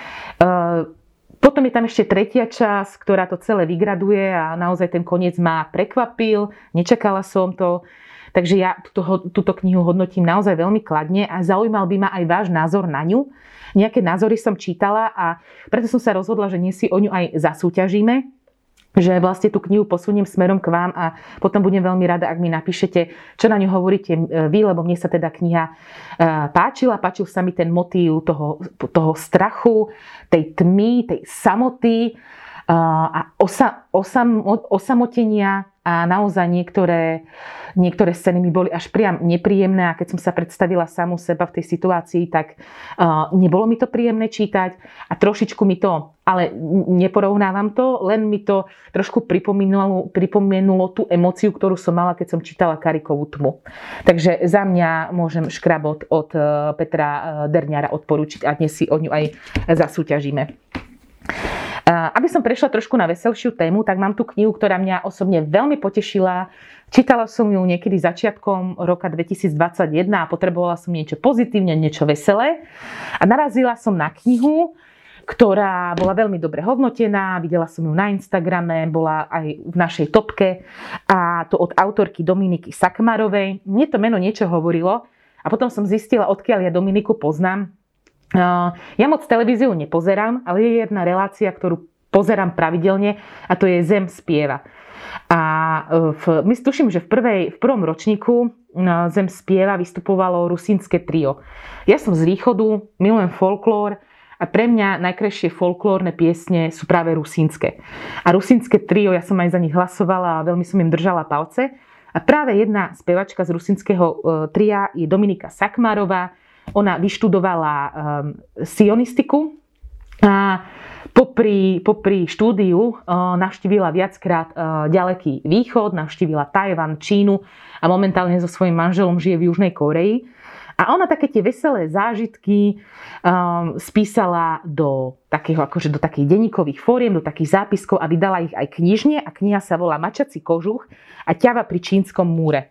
Potom je tam ešte tretia časť, ktorá to celé vygraduje a naozaj ten koniec ma prekvapil. Nečakala som to. Takže ja túto, túto knihu hodnotím naozaj veľmi kladne a zaujímal by ma aj váš názor na ňu. Nejaké názory som čítala a preto som sa rozhodla, že dnes si o ňu aj zasúťažíme. Že vlastne tú knihu posuniem smerom k vám a potom budem veľmi rada, ak mi napíšete, čo na ňu hovoríte vy, lebo mne sa teda kniha páčila. Páčil sa mi ten motív toho, toho strachu, tej tmy, tej samoty a osa, osam, osamotenia a naozaj niektoré, niektoré scény mi boli až priam nepríjemné a keď som sa predstavila samu seba v tej situácii, tak uh, nebolo mi to príjemné čítať a trošičku mi to, ale neporovnávam to, len mi to trošku pripomenulo, pripomenulo tú emóciu, ktorú som mala, keď som čítala Karikovú tmu. Takže za mňa môžem Škrabot od uh, Petra Derniára odporučiť a dnes si o ňu aj zasúťažíme. Aby som prešla trošku na veselšiu tému, tak mám tu knihu, ktorá mňa osobne veľmi potešila. Čítala som ju niekedy začiatkom roka dvetisícdvadsaťjeden a potrebovala som niečo pozitívne, niečo veselé. A narazila som na knihu, ktorá bola veľmi dobre hodnotená. Videla som ju na Instagrame, bola aj v našej topke. A to od autorky Dominiky Sakmarovej. Mne to meno niečo hovorilo a potom som zistila, odkiaľ ja Dominiku poznám. Ja moc televíziu nepozerám, ale je jedna relácia, ktorú pozerám pravidelne a to je Zem spieva. A v, my tuším, že v, prvej, v prvom ročníku Zem spieva vystupovalo rusínske trio. Ja som z východu, milujem folklór A pre mňa najkrajšie folklórne piesne sú práve rusínske. A rusínske trio, ja som aj za nich hlasovala a veľmi som im držala palce. A práve jedna spevačka z rusínskeho tria je Dominika Sakmárová. Ona vyštudovala um, sionistiku a popri, popri štúdiu uh, navštívila viackrát uh, ďaleký východ, navštívila Tajvan, Čínu a momentálne so svojím manželom žije v Južnej Kórei. A ona také tie veselé zážitky um, spísala do takého, akože do takých denníkových fóriem, do takých zápiskov a vydala ich aj knižne a kniha sa volá Mačací kožuch a ťava pri čínskom múre.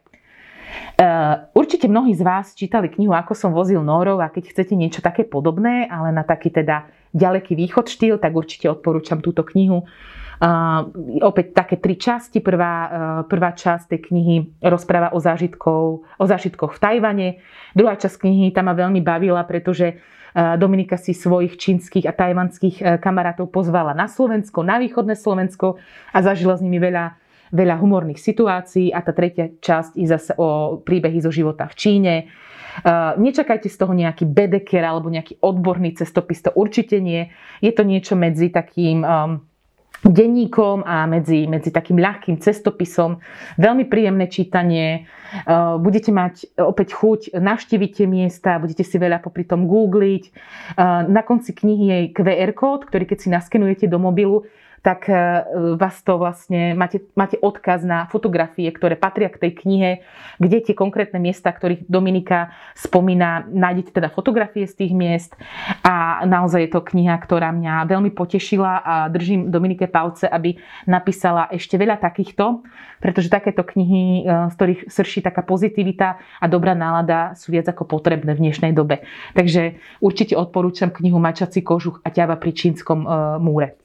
Uh, určite mnohí z vás čítali knihu Ako som vozil Nórov a keď chcete niečo také podobné, ale na taký teda ďaleký východ štýl, tak určite odporúčam túto knihu. Uh, opäť také tri časti. Prvá, uh, prvá časť tej knihy rozpráva o, zážitkov, o zážitkoch v Tajvane. Druhá časť knihy tam ma veľmi bavila, pretože uh, Dominika si svojich čínskych a tajvanských uh, kamarátov pozvala na Slovensko, na východné Slovensko a zažila s nimi veľa veľa humorných situácií a tá tretia časť je zase o príbehy zo života v Číne. Uh, nečakajte z toho nejaký bedeker alebo nejaký odborný cestopis, to určite nie. Je to niečo medzi takým um, denníkom a medzi, medzi takým ľahkým cestopisom. Veľmi príjemné čítanie. Uh, budete mať opäť chuť navštíviť tie miesta, budete si veľa popri tom googliť. Uh, na konci knihy je kvé er kód, ktorý keď si naskenujete do mobilu, tak vás to vlastne, máte, máte odkaz na fotografie, ktoré patria k tej knihe, kde tie konkrétne miesta, ktorých Dominika spomína, nájdete teda fotografie z tých miest a naozaj je to kniha, ktorá mňa veľmi potešila a držím Dominike palce, aby napísala ešte veľa takýchto, pretože takéto knihy, z ktorých srší taká pozitivita a dobrá nálada sú viac ako potrebné v dnešnej dobe. Takže určite odporúčam knihu Mačací kožuch a ťava pri čínskom múre.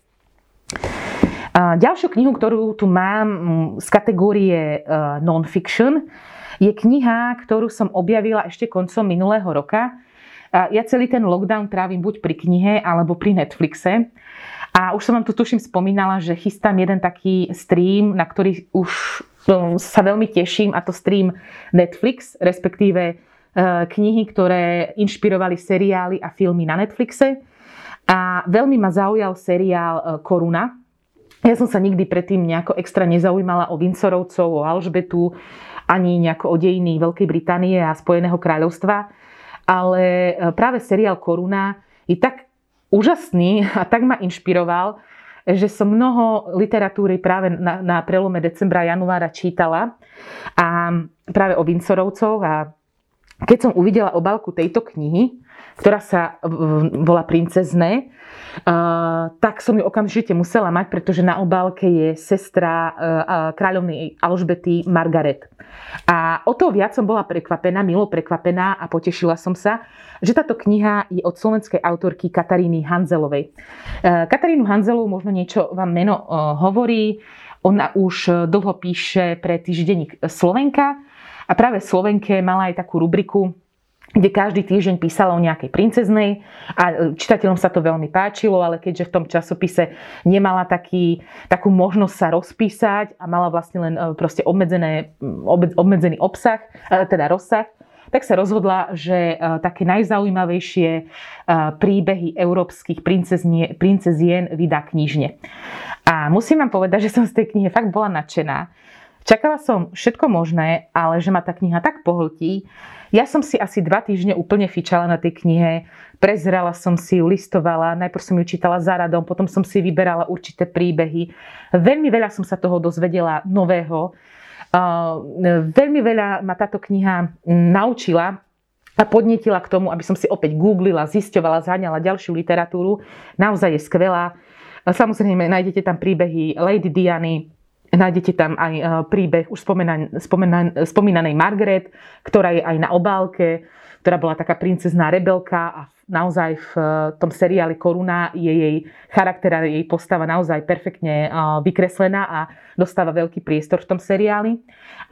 Ďalšiu knihu, ktorú tu mám z kategórie non-fiction, je kniha, ktorú som objavila ešte koncom minulého roka. Ja celý ten lockdown trávim buď pri knihe, alebo pri Netflixe. A už som vám tu tuším spomínala, že chystám jeden taký stream, na ktorý už sa veľmi teším, a to stream Netflix, respektíve knihy, ktoré inšpirovali seriály a filmy na Netflixe. A veľmi ma zaujal seriál Koruna. Ja som sa nikdy predtým nejako extra nezaujímala o Windsorovcov, o Alžbetu, ani nejako o dejiny Veľkej Británie a Spojeného kráľovstva. Ale práve seriál Koruna je tak úžasný a tak ma inšpiroval, že som mnoho literatúry práve na, na prelome decembra a januára čítala. A práve o Windsorovcov. A keď som uvidela obálku tejto knihy, ktorá sa volá Princezné, Uh, tak som ju okamžite musela mať, pretože na obálke je sestra uh, kráľovnej Alžbety Margaret. A o to viac som bola prekvapená, milo prekvapená a potešila som sa, že táto kniha je od slovenskej autorky Kataríny Hanzelovej. Uh, Katarínu Hanzelovú možno niečo vám meno uh, hovorí. Ona už dlho píše pre týždenník Slovenka a práve v Slovenke mala aj takú rubriku, kde každý týždeň písala o nejakej princeznej a čitateľom sa to veľmi páčilo, ale keďže v tom časopise nemala taký, takú možnosť sa rozpísať a mala vlastne len proste obmedzené, obmedzený obsah, teda rozsah, tak sa rozhodla, že také najzaujímavejšie príbehy európskych princezien vydá knižne. A musím vám povedať, že som z tej knihy fakt bola nadšená. Čakala som všetko možné, ale že ma tá kniha tak pohltí. Ja som si asi dva týždne úplne fičala na tej knihe, prezerala som si ju, listovala, najprv som ju čítala za radom, potom som si vyberala určité príbehy. Veľmi veľa som sa toho dozvedela nového. Uh, veľmi veľa ma táto kniha naučila a podnietila k tomu, aby som si opäť googlila, zisťovala, zháňala ďalšiu literatúru. Naozaj je skvelá. Samozrejme, nájdete tam príbehy Lady Diany, nájdete tam aj príbeh už spomínanej Margaret, ktorá je aj na obálke, ktorá bola taká princezná rebelka a naozaj v tom seriáli Koruna je jej charakter a jej postava naozaj perfektne vykreslená a dostáva veľký priestor v tom seriáli.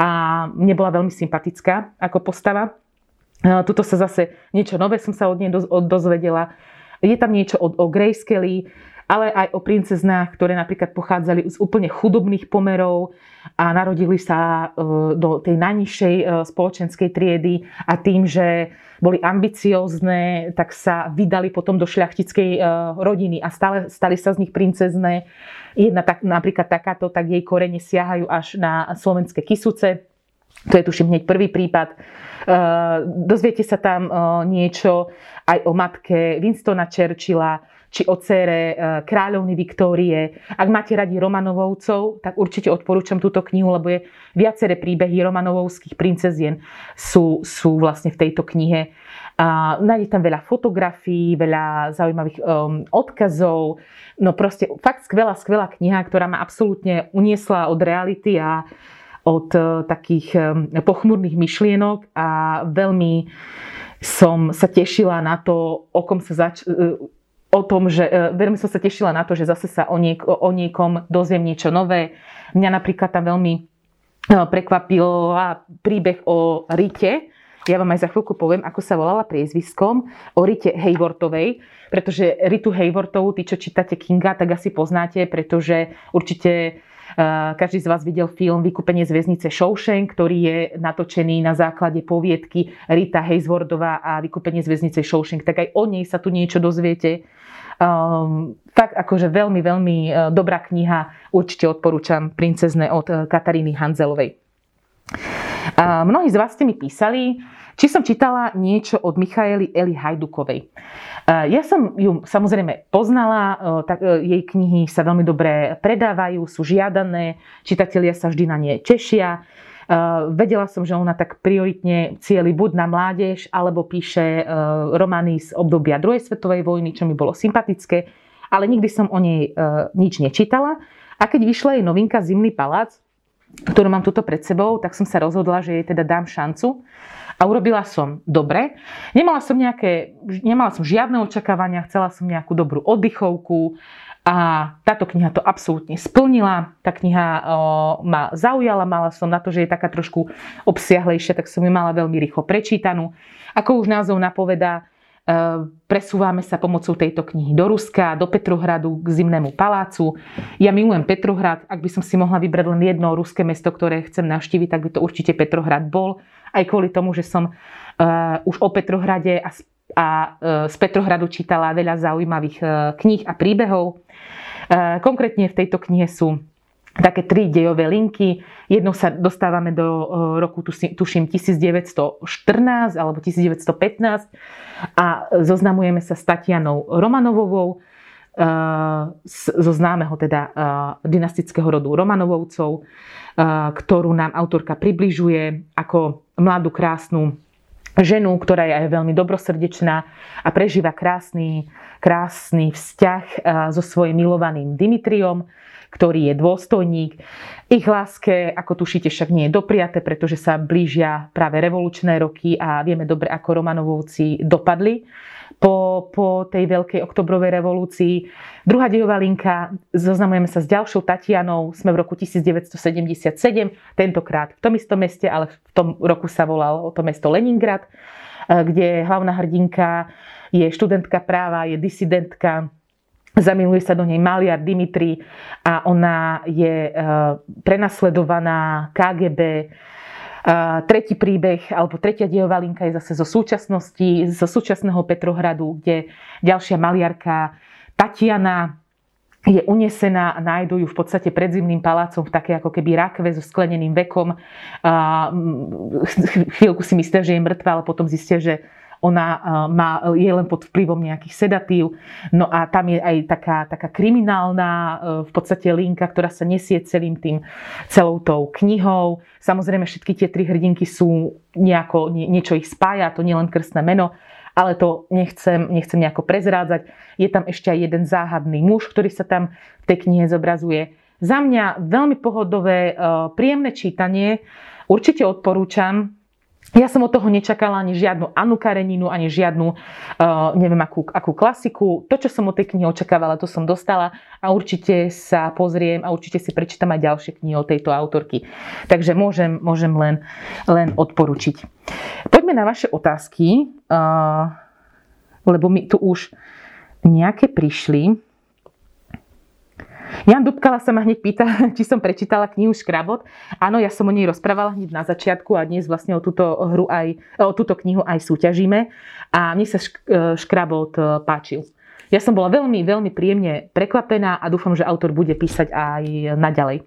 A mne bola veľmi sympatická ako postava. Tuto sa zase niečo nové som sa od nej dozvedela. Je tam niečo o, o Grace Kelly. ale aj o princeznách, ktoré napríklad pochádzali z úplne chudobných pomerov a narodili sa do tej najnižšej spoločenskej triedy a tým, že boli ambiciózne, tak sa vydali potom do šľachtickej rodiny a stále stali sa z nich princezné. Jedna tak, napríklad takáto, tak jej korene siahajú až na slovenské Kysuce. To je tuším hneď prvý prípad. Dozviete sa tam niečo aj o matke Winstona Churchilla, či o dcére kráľovny Viktórie. Ak máte radi Romanovovcov, tak určite odporúčam túto knihu, lebo je viaceré príbehy romanovovských princezien sú, sú vlastne v tejto knihe. A nájde tam veľa fotografií, veľa zaujímavých um, odkazov. No proste fakt skvelá, skvelá kniha, ktorá ma absolútne uniesla od reality a od uh, takých um, pochmúrnych myšlienok a veľmi som sa tešila na to, o kom sa zač- uh, o tom, že uh, veľmi som sa tešila na to, že zase sa o, niek- o niekom dozviem niečo nové. Mňa napríklad tam veľmi uh, prekvapil príbeh o Rite. Ja vám aj za chvíľku poviem, ako sa volala priezviskom, o Rite Hayworthovej, pretože Ritu Hayworthovú, tí, čo čítate Kinga, tak asi poznáte, pretože určite uh, každý z vás videl film Vykúpenie z väznice Shawshank, ktorý je natočený na základe poviedky Rita Hayworthová a Vykúpenie z väznice Shawshank. Tak aj o nej sa tu niečo dozviete. Um, tak akože veľmi, veľmi uh, dobrá kniha, určite odporúčam, Princezne od uh, Kataríny Hanzelovej. Uh, mnohí z vás ste mi písali, či som čítala niečo od Michaely Eli Hajdukovej. Uh, ja som ju samozrejme poznala, uh, tak, uh, jej knihy sa veľmi dobre predávajú, sú žiadané, čitatelia sa vždy na ne tešia. Uh, vedela som, že ona tak prioritne cieli buď na mládež, alebo píše uh, romány z obdobia druhej svetovej vojny, čo mi bolo sympatické, ale nikdy som o nej uh, nič nečítala. A keď vyšla jej novinka Zimný palác, ktorú mám tuto pred sebou, tak som sa rozhodla, že jej teda dám šancu. A urobila som dobre. Nemala som nejaké, nemala som žiadne očakávania, chcela som nejakú dobrú oddychovku a táto kniha to absolútne splnila. Tá kniha o, ma zaujala, mala som na to, že je taká trošku obsiahlejšia, tak som ju mala veľmi rýchlo prečítanú. Ako už názov napovedá, presúvame sa pomocou tejto knihy do Ruska, do Petrohradu, k Zimnému palácu. Ja milujem Petrohrad, ak by som si mohla vybrať len jedno ruské mesto, ktoré chcem navštíviť, tak by to určite Petrohrad bol. Aj kvôli tomu, že som uh, už o Petrohrade a, a uh, z Petrohradu čítala veľa zaujímavých uh, kníh a príbehov. Uh, konkrétne v tejto knihe sú také tri dejové linky. Jednou sa dostávame do roku, tuším, devätnásťstoštrnásť alebo devätnásťstopätnásť a zoznamujeme sa s Tatianou Romanovovou zo známeho teda dynastického rodu Romanovovcov, ktorú nám autorka približuje ako mladú, krásnu ženu, ktorá je aj veľmi dobrosrdečná a prežíva krásny, krásny vzťah so svojím milovaným Dimitriom, ktorý je dôstojník. Ich láske, ako tušíte, však nie je dopriate, pretože sa blížia práve revolučné roky a vieme dobre, ako Romanovovci dopadli po, po tej veľkej oktobrovej revolúcii. Druhá dejová linka, zoznamujeme sa s ďalšou Tatianou, sme v roku devätnásťstosedemdesiatsedem, tentokrát v tom istom meste, ale v tom roku sa volalo to mesto Leningrad, kde hlavná hrdinka je študentka práva, je disidentka, zamiluje sa do nej maliar Dimitri a ona je prenasledovaná ká gé bé. Tretí príbeh, alebo tretia dejová linka je zase zo súčasnosti, zo súčasného Petrohradu, kde ďalšia maliarka Tatiana je unesená a nájdu ju v podstate pred Zimným palácom v také ako keby rakve so skleneným vekom. Chvíľku si myslia, že je mŕtva, ale potom zistia, že ona má, je len pod vplyvom nejakých sedatív. No a tam je aj taká, taká kriminálna v podstate linka, ktorá sa nesie celým tým, celou tou knihou. Samozrejme všetky tie tri hrdinky sú nejako, nie, niečo ich spája, to nie len krstné meno, ale to nechcem, nechcem nejako prezrádzať. Je tam ešte aj jeden záhadný muž, ktorý sa tam v tej knihe zobrazuje. Za mňa veľmi pohodové, príjemné čítanie. Určite odporúčam. Ja som od toho nečakala ani žiadnu Annu Kareninu, ani žiadnu, uh, neviem, akú, akú klasiku. To, čo som od tej knihy očakávala, to som dostala a určite sa pozriem a určite si prečítam aj ďalšie knihy od tejto autorky. Takže môžem, môžem len, len odporučiť. Poďme na vaše otázky, uh, lebo mi tu už nejaké prišli. Jan Dubkala sa ma hneď pýta, či som prečítala knihu Škrabot. Áno, ja som o nej rozprávala hneď na začiatku a dnes vlastne o túto hru aj, o túto knihu aj súťažíme. A mne sa Škrabot páčil. Ja som bola veľmi, veľmi príjemne prekvapená a dúfam, že autor bude písať aj naďalej.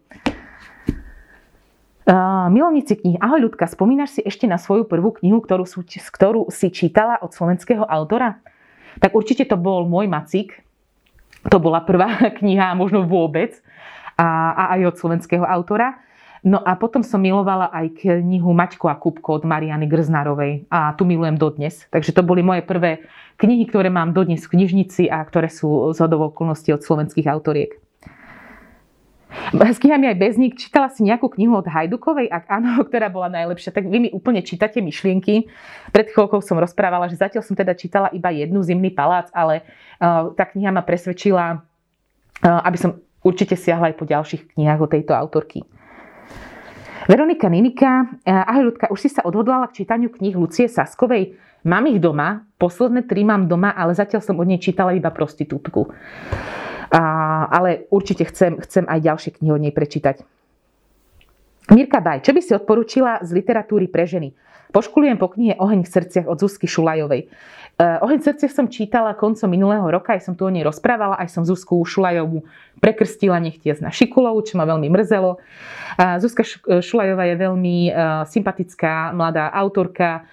Uh, milovníci kníh. Ahoj Ľudka, spomínaš si ešte na svoju prvú knihu, ktorú, sú, ktorú si čítala od slovenského autora? Tak určite to bol Môj Macík. To bola prvá kniha, možno vôbec, a, a aj od slovenského autora. No a potom som milovala aj knihu Maťko a Kupko od Mariany Grznárovej a tu milujem dodnes. Takže to boli moje prvé knihy, ktoré mám dodnes v knižnici a ktoré sú zhodou okolností od slovenských autoriek. S knihami aj bez nich. Čítala si nejakú knihu od Hajdukovej? Ak áno, ktorá bola najlepšia, tak vy mi úplne čítate myšlienky. Pred chvíľkou som rozprávala, že zatiaľ som teda čítala iba jednu, Zimný palác, ale uh, tá kniha ma presvedčila, uh, aby som určite siahla aj po ďalších knihách od tejto autorky. Veronika Ninika. Ahoj Ľudka, už si sa odhodlala k čítaniu kníh Lucie Saskovej? Mám ich doma, posledné tri mám doma, ale zatiaľ som od nej čítala iba Prostitútku. A, ale určite chcem, chcem aj ďalšie knihy od nej prečítať. Mirka Baj, čo by si odporúčila z literatúry pre ženy? Poškulujem po knihe Oheň v srdciach od Zuzky Šulajovej. Oheň v srdciach som čítala koncom minulého roka, aj som tu o nej rozprávala, aj som Zuzku Šulajovú prekrstila nechtiac na Šikulovu, čo ma veľmi mrzelo. Zuzka Šulajová je veľmi sympatická mladá autorka.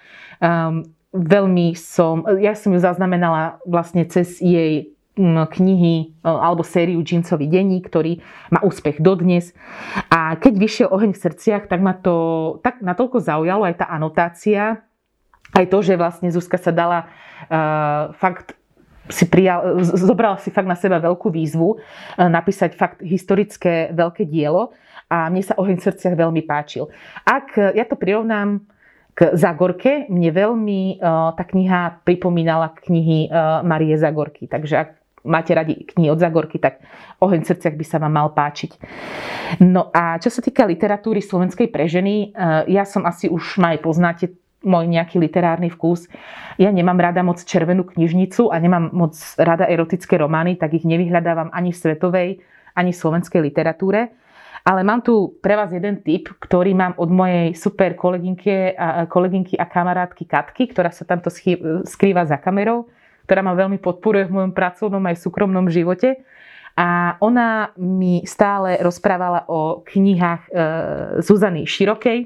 Veľmi som, ja som ju zaznamenala vlastne cez jej knihy alebo sériu Džínsový denník, ktorý má úspech dodnes. A keď vyšiel Oheň v srdciach, tak ma to tak natoľko zaujalo, aj tá anotácia, aj to, že vlastne Zuzka sa dala uh, fakt si prijal, zobrala si fakt na seba veľkú výzvu uh, napísať fakt historické veľké dielo a mne sa Oheň v srdciach veľmi páčil. Ak ja to prirovnám k Zagorke, mne veľmi uh, tá kniha pripomínala knihy uh, Márie Zagorky. Takže ak máte radi knihy od Zagorky, tak Oheň v srdciach by sa vám mal páčiť. No a čo sa týka literatúry slovenskej pre ženy, ja som asi už aj poznáte môj nejaký literárny vkus. Ja nemám rada moc červenú knižnicu a nemám moc rada erotické romány, tak ich nevyhľadávam ani v svetovej, ani v slovenskej literatúre. Ale mám tu pre vás jeden tip, ktorý mám od mojej super kolegynky a, kolegynky a kamarátky Katky, ktorá sa tamto skrýva za kamerou, ktorá ma veľmi podporuje v mojom pracovnom aj súkromnom živote. A ona mi stále rozprávala o knihách e, Zuzany Širokej.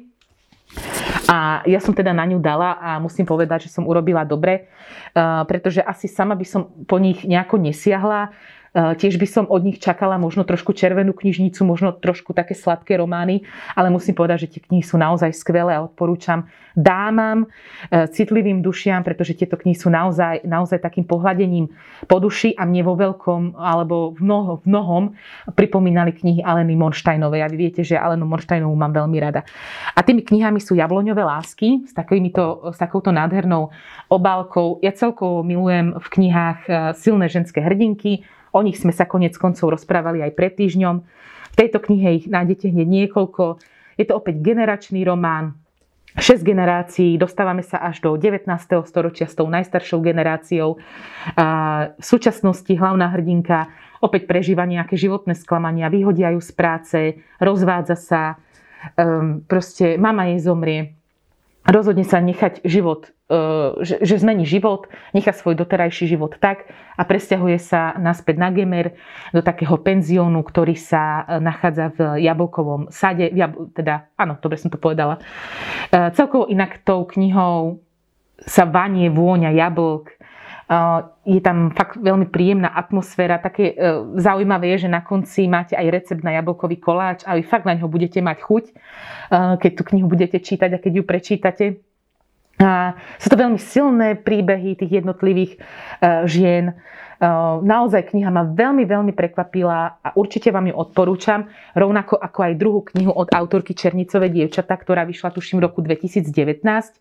A ja som teda na ňu dala a musím povedať, že som urobila dobre, e, pretože asi sama by som po nich nejako nesiahla. Tiež by som od nich čakala možno trošku červenú knižnicu, možno trošku také sladké romány, ale musím povedať, že tie knihy sú naozaj skvelé a odporúčam dámam, citlivým dušiam, pretože tieto knihy sú naozaj, naozaj takým pohľadením po duši a mne vo veľkom alebo v, mnoho, v mnohom pripomínali knihy Aleny Monštajnovej. A vy viete, že Alenu Monštajnovú mám veľmi rada. A tými knihami sú Jabloňové lásky s, s takouto nádhernou obálkou. Ja celkovo milujem v knihách silné ženské hrdinky. O nich sme sa koniec koncov rozprávali aj pred týždňom. V tejto knihe ich nájdete hneď niekoľko. Je to opäť generačný román. šesť generácií. Dostávame sa až do devätnásteho storočia s tou najstaršou generáciou. A v súčasnosti hlavná hrdinka opäť prežíva nejaké životné sklamania. Vyhodia ju z práce, rozvádza sa. Um, proste mama jej zomrie. Rozhodne sa nechať život, že, že zmení život, nechá svoj doterajší život tak a presťahuje sa naspäť na Gemer do takého penziónu, ktorý sa nachádza v jablkovom sade, teda, áno, dobre som to povedala. Celkovo inak tou knihou sa vanie vôňa jablk. Je tam fakt veľmi príjemná atmosféra. Také zaujímavé je, že na konci máte aj recept na jablkový koláč a vy fakt na ňo budete mať chuť, keď tú knihu budete čítať a keď ju prečítate. A sú to veľmi silné príbehy tých jednotlivých žien. Naozaj kniha ma veľmi, veľmi prekvapila a určite vám ju odporúčam. Rovnako ako aj druhú knihu od autorky Černicové dievčatá, ktorá vyšla tuším v roku dvetisícdevätnásť.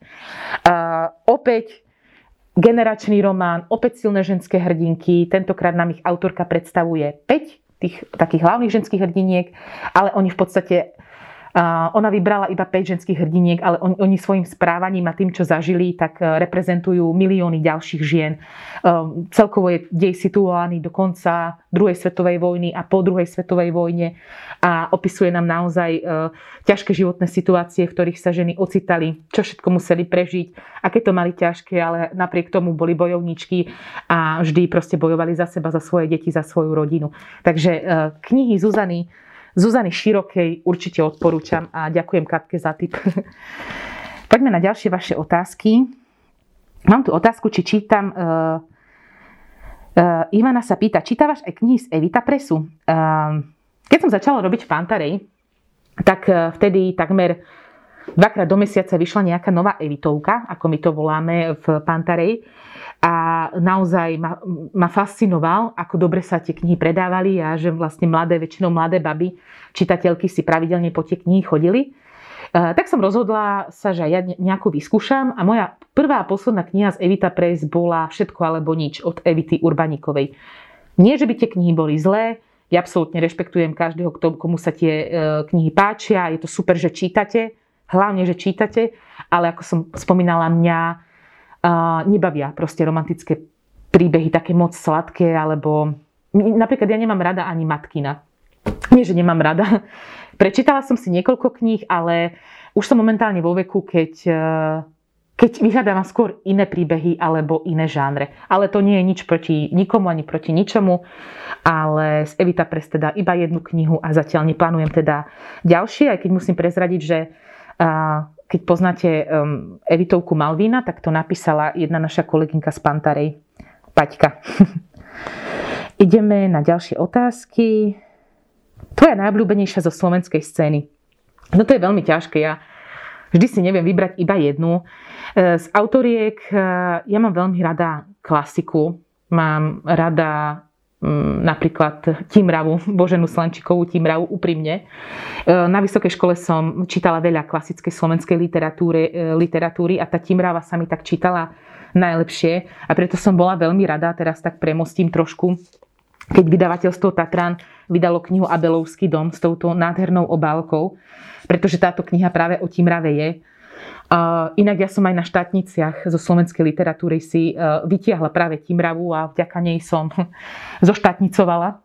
Opäť generačný román, opäť silné ženské hrdinky. Tentokrát nám ich autorka predstavuje päť tých takých hlavných ženských hrdiniek, ale oni v podstate Ona vybrala iba päť ženských hrdiniek, ale on, oni svojim správaním a tým, čo zažili, tak reprezentujú milióny ďalších žien. Celkovo je dej situovaný do konca druhej svetovej vojny a po druhej svetovej vojne a opisuje nám naozaj ťažké životné situácie, v ktorých sa ženy ocitali, čo všetko museli prežiť, aké to mali ťažké, ale napriek tomu boli bojovníčky a vždy proste bojovali za seba, za svoje deti, za svoju rodinu. Takže knihy Zuzany Zuzany Širokej určite odporúčam a ďakujem Katke za tip. Poďme na ďalšie vaše otázky. Mám tu otázku, či čítam... Uh, uh, Ivana sa pýta, čítavaš aj knihy z Evita Pressu? Uh, keď som začala robiť v Pantarej, tak uh, vtedy takmer dvakrát do mesiaca vyšla nejaká nová Evitovka, ako my to voláme v Pantarej. A naozaj ma, ma fascinoval, ako dobre sa tie knihy predávali a že vlastne mladé, väčšinou mladé baby, čitateľky si pravidelne po tie knihy chodili. E, tak som rozhodla sa, že ja nejakú vyskúšam a moja prvá a posledná kniha z Evita Press bola Všetko alebo nič od Evity Urbaníkovej. Nie, že by tie knihy boli zlé, ja absolútne rešpektujem každého, komu sa tie e, knihy páčia, je to super, že čítate, hlavne, že čítate, ale ako som spomínala, mňa Uh, nebavia proste romantické príbehy také moc sladké, alebo napríklad ja nemám rada ani Matkina. Nie, že nemám rada. Prečítala som si niekoľko kníh, ale už som momentálne vo veku, keď, uh, keď vyhľadávam skôr iné príbehy alebo iné žánre. Ale to nie je nič proti nikomu ani proti ničomu, ale z Evita Press teda iba jednu knihu a zatiaľ neplánujem teda ďalšie, aj keď musím prezradiť, že uh, keď poznáte um, Evitovku Malvína, tak to napísala jedna naša kolegynka z Pantarej, Paťka. Ideme na ďalšie otázky. Tvoja najobľúbenejšia zo slovenskej scény? No to je veľmi ťažké. Ja vždy si neviem vybrať iba jednu. Z autoriek ja mám veľmi rada klasiku. Mám rada napríklad Timravu, Boženu Slančikovú Timravu, úprimne. Na vysokej škole som čítala veľa klasickej slovenskej literatúry, literatúry a tá Timrava sa mi tak čítala najlepšie a preto som bola veľmi rada, teraz tak premostím trošku, keď vydavateľstvo Tatran vydalo knihu Abelovský dom s touto nádhernou obálkou, pretože táto kniha práve o Timrave je. Uh, inak ja som aj na štátniciach zo slovenskej literatúry si uh, vytiahla práve Timravu a vďaka nej som zoštátnicovala.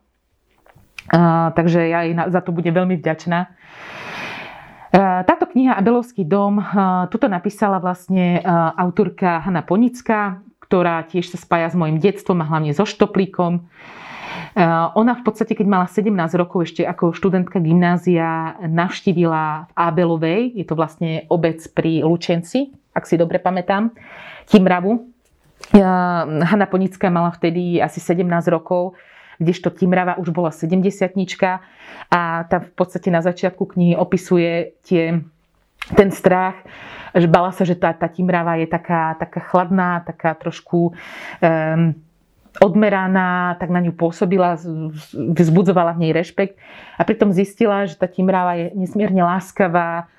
Uh, takže ja jej na, za to budem veľmi vďačná. Uh, táto kniha Abelovský dom, uh, tuto napísala vlastne uh, autorka Hana Ponická, ktorá tiež sa spája s mojim detstvom a hlavne so Štoplíkom. Ona v podstate, keď mala sedemnásť rokov, ešte ako študentka gymnázia, navštívila v Ábelovej, je to vlastne obec pri Lučenci, ak si dobre pamätám, Timravu. Hana Ponická mala vtedy asi sedemnásť rokov, kdežto Timrava už bola sedemdesiatnička a tam v podstate na začiatku knihy opisuje tie, ten strach, že bala sa, že tá, tá Timrava je taká, taká chladná, taká trošku um, odmeraná, tak na ňu pôsobila, vzbudzovala v nej rešpekt a pritom zistila, že tá Timrava je nesmierne láskavá,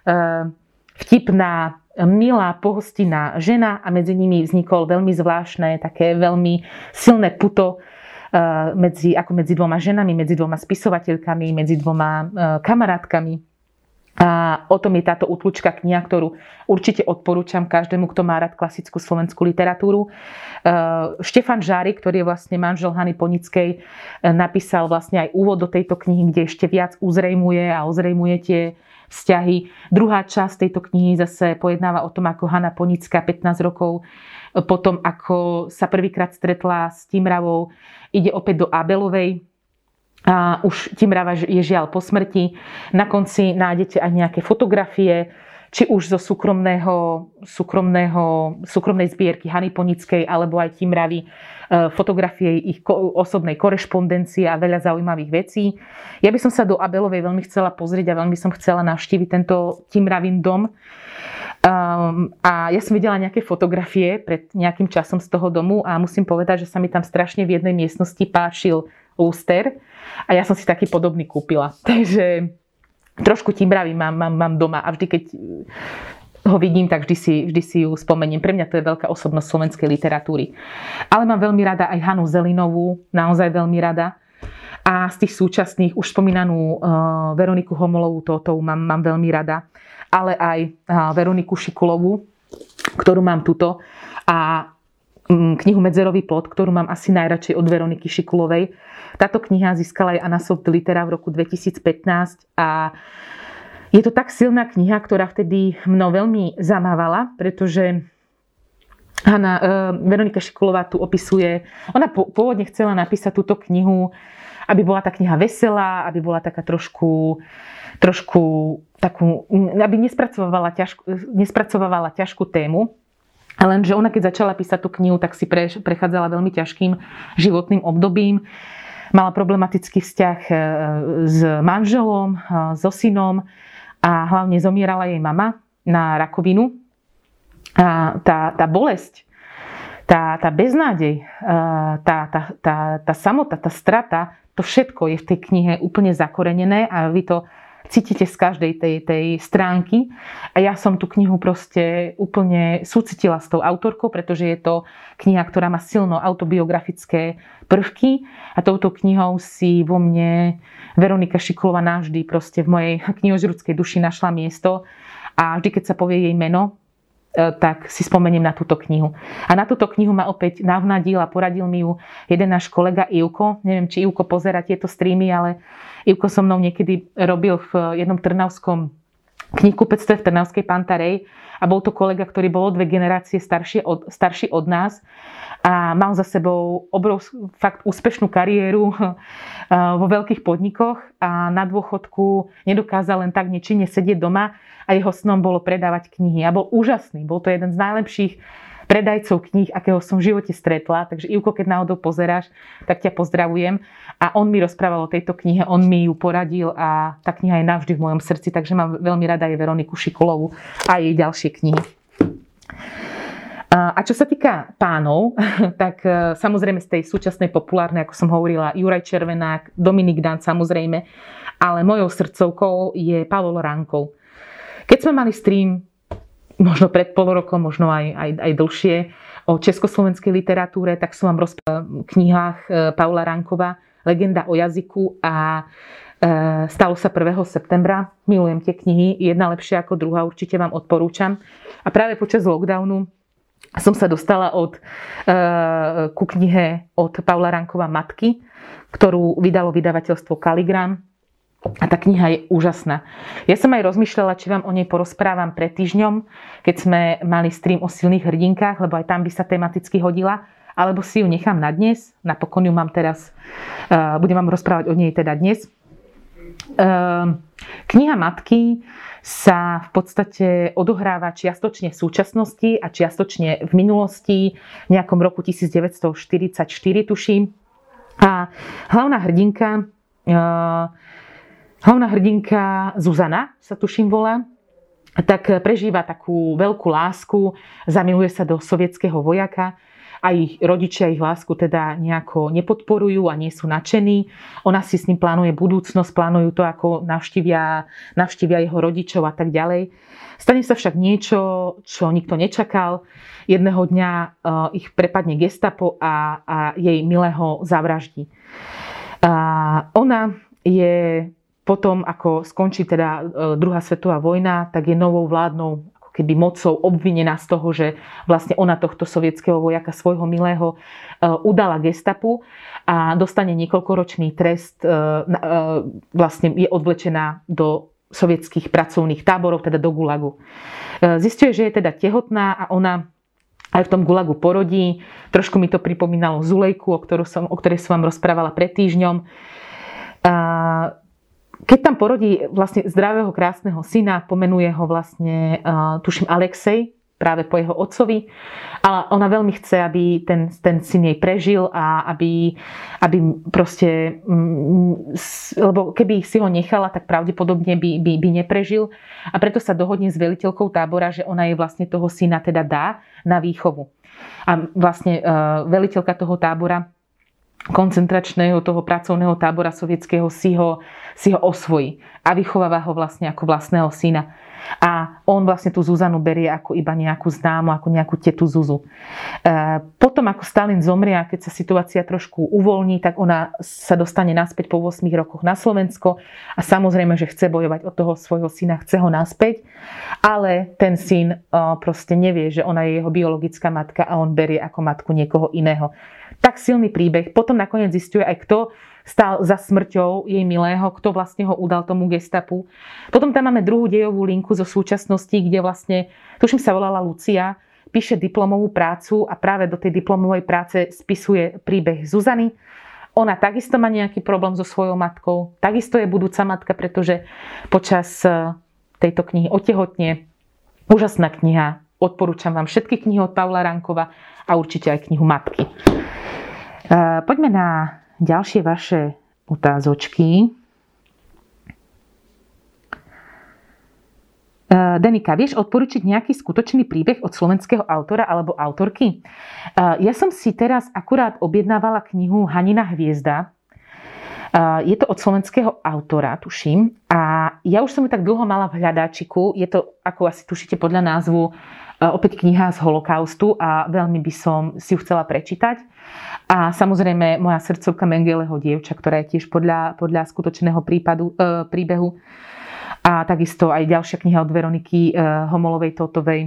vtipná, milá, pohostinná žena a medzi nimi vznikol veľmi zvláštne, také veľmi silné puto medzi, ako medzi dvoma ženami, medzi dvoma spisovateľkami, medzi dvoma kamarátkami. A o tom je táto útlučka kniha, ktorú určite odporúčam každému, kto má rád klasickú slovenskú literatúru. Štefan Žárik, ktorý je vlastne manžel Hany Ponickej, napísal vlastne aj úvod do tejto knihy, kde ešte viac uzrejmuje a ozrejmuje tie vzťahy. Druhá časť tejto knihy zase pojednáva o tom, ako Hana Ponická pätnásť rokov potom, ako sa prvýkrát stretla s Timravou, ide opäť do Ábelovej. A už Timrava je žiaľ po smrti. Na konci nájdete aj nejaké fotografie, či už zo súkromného, súkromného, súkromnej zbierky Hany Ponickej, alebo aj Timravy, fotografie ich osobnej korešpondencie a veľa zaujímavých vecí. Ja by som sa do Abelovej veľmi chcela pozrieť a veľmi som chcela navštíviť tento Timravin dom. Um, a ja som videla nejaké fotografie pred nejakým časom z toho domu a musím povedať, že sa mi tam strašne v jednej miestnosti páčil luster a ja som si taký podobný kúpila. Takže trošku Timravy mám, mám, mám doma a vždy, keď ho vidím, tak vždy si, vždy si ju spomeniem. Pre mňa to je veľká osobnosť slovenskej literatúry. Ale mám veľmi rada aj Hanu Zelinovú, naozaj veľmi rada. A z tých súčasných už spomínanú uh, Veroniku Homolovú, toto mám, mám veľmi rada, ale aj uh, Veroniku Šikulovú, ktorú mám tuto, a um, knihu Medzerový plot, ktorú mám asi najradšej od Veroniky Šikulovej. Táto kniha získala aj Anna Soft Litera v roku dvetisícpätnásť a je to tak silná kniha, ktorá vtedy mnou veľmi zamávala, pretože Hanna, uh, Veronika Šikulová tu opisuje, ona pôvodne chcela napísať túto knihu, aby bola tá kniha veselá, aby bola taká trošku, trošku takú, aby nespracovávala ťažkú, nespracovávala ťažkú tému. A lenže ona, keď začala písať tú knihu, tak si pre, prechádzala veľmi ťažkým životným obdobím. Mala problematický vzťah s manželom, so synom a hlavne zomierala jej mama na rakovinu. A tá, tá bolesť, tá, tá beznádej, tá, tá, tá, tá samota, tá strata, to všetko je v tej knihe úplne zakorenené a vy to cítite z každej tej, tej stránky. A ja som tú knihu proste úplne súcitila s tou autorkou, pretože je to kniha, ktorá má silno autobiografické prvky a touto knihou si vo mne Veronika Šikulová navždy proste v mojej knihožrúdskej duši našla miesto a vždy, keď sa povie jej meno, tak si spomeniem na túto knihu. A na túto knihu ma opäť navnadil a poradil mi ju jeden náš kolega Ivko. Neviem, či Ivko pozerá tieto streamy, ale Ivko so mnou niekedy robil v jednom trnavskom knihkupectve v Trnavskej Pantarej a bol to kolega, ktorý bol o dve generácie starší od, starší od nás a mal za sebou obrovskú, fakt úspešnú kariéru vo veľkých podnikoch a na dôchodku nedokázal len tak nečinne sedieť doma a jeho snom bolo predávať knihy. A bol úžasný. Bol to jeden z najlepších predajcov kníh, akého som v živote stretla. Takže Ivko, keď náhodou pozeráš, tak ťa pozdravujem. A on mi rozprával o tejto knihe, on mi ju poradil a tá kniha je navždy v mojom srdci, takže mám veľmi rada aj Veroniku Šikulovú a jej ďalšie knihy. A čo sa týka pánov, tak samozrejme z tej súčasnej populárnej, ako som hovorila, Juraj Červenák, Dominik Dan samozrejme, ale mojou srdcovkou je Pavol Ránkov. Keď sme mali stream, možno pred pol rokom, možno aj, aj, aj dlhšie, o československej literatúre, tak som vám rozprávala v knihách Pavla Ránkova Legenda o jazyku a e, stalo sa prvého septembra. Milujem tie knihy, jedna lepšia ako druhá, určite vám odporúčam. A práve počas lockdownu som sa dostala od, e, ku knihe od Pavla Ránkova Matky, ktorú vydalo vydavateľstvo Kaligram. A tá kniha je úžasná. Ja som aj rozmýšľala, či vám o nej porozprávam pred týždňom, keď sme mali stream o silných hrdinkách, lebo aj tam by sa tematicky hodila, alebo si ju nechám na dnes. Napokon ju mám teraz, uh, budem vám rozprávať o nej teda dnes. Uh, kniha Matky sa v podstate odohráva čiastočne v súčasnosti a čiastočne v minulosti, v nejakom roku devätnásťstoštyridsaťštyri, tuším. A hlavná hrdinka uh, Hlavná hrdinka Zuzana, sa tuším volá, tak prežíva takú veľkú lásku, zamiluje sa do sovietskeho vojaka a ich rodičia ich lásku teda nejako nepodporujú a nie sú nadšení. Ona si s ním plánuje budúcnosť, plánujú to, ako navštívia, navštívia jeho rodičov a tak ďalej. Stane sa však niečo, čo nikto nečakal. Jedného dňa uh, ich prepadne gestapo a, a jej milého zavraždí. Uh, ona je potom, ako skončí teda druhá svetová vojna, tak je novou vládnou ako keby mocou obvinená z toho, že vlastne ona tohto sovietskeho vojaka, svojho milého, udala gestapu a dostane niekoľkoročný trest, vlastne je odvlečená do sovietských pracovných táborov, teda do gulagu. Zisťuje, že je teda tehotná a ona aj v tom gulagu porodí. Trošku mi to pripomínalo Zulejku, o, som, o ktorej som vám rozprávala pred týždňom. Keď tam porodí vlastne zdravého, krásneho syna, pomenuje ho vlastne, uh, tuším, Alexej, práve po jeho otcovi. Ale ona veľmi chce, aby ten, ten syn jej prežil a aby, aby proste, um, lebo keby si ho nechala, tak pravdepodobne by, by, by neprežil. A preto sa dohodne s veliteľkou tábora, že ona jej vlastne toho syna teda dá na výchovu. A vlastne uh, veliteľka toho tábora, koncentračného toho pracovného tábora sovietského si ho, si ho osvojí a vychováva ho vlastne ako vlastného syna. A a on vlastne tú Zuzanu berie ako iba nejakú známu, ako nejakú tetu Zuzu. Potom, ako Stalin zomrie a keď sa situácia trošku uvoľní, tak ona sa dostane naspäť po ôsmich rokoch na Slovensko a samozrejme, že chce bojovať o toho svojho syna, chce ho naspäť, ale ten syn proste nevie, že ona je jeho biologická matka a on berie ako matku niekoho iného. Tak silný príbeh. Potom nakoniec zisťuje aj kto stál za smrťou jej milého, kto vlastne ho udal tomu gestapu. Potom tam máme druhú dejovú linku zo súčasnosti, kde vlastne, tuším sa volala Lucia, píše diplomovú prácu a práve do tej diplomovej práce spisuje príbeh Zuzany. Ona takisto má nejaký problém so svojou matkou, takisto je budúca matka, pretože počas tejto knihy otehotne. Úžasná kniha, odporúčam vám všetky knihy od Pavla Rankova a určite aj knihu Matky. Poďme na ďalšie vaše otázočky. Denika, vieš odporučiť nejaký skutočný príbeh od slovenského autora alebo autorky? Ja som si teraz akurát objednávala knihu Hanina hviezda. Je to od slovenského autora, tuším. A ja už som ju tak dlho mala v hľadáčiku. Je to, ako asi tušíte podľa názvu, opäť kniha z holokaustu a veľmi by som si ju chcela prečítať. A samozrejme moja srdcovka Mengeleho dievča, ktorá je tiež podľa, podľa skutočného prípadu, e, príbehu. A takisto aj ďalšia kniha od Veroniky e, Homolovej-Totovej. E,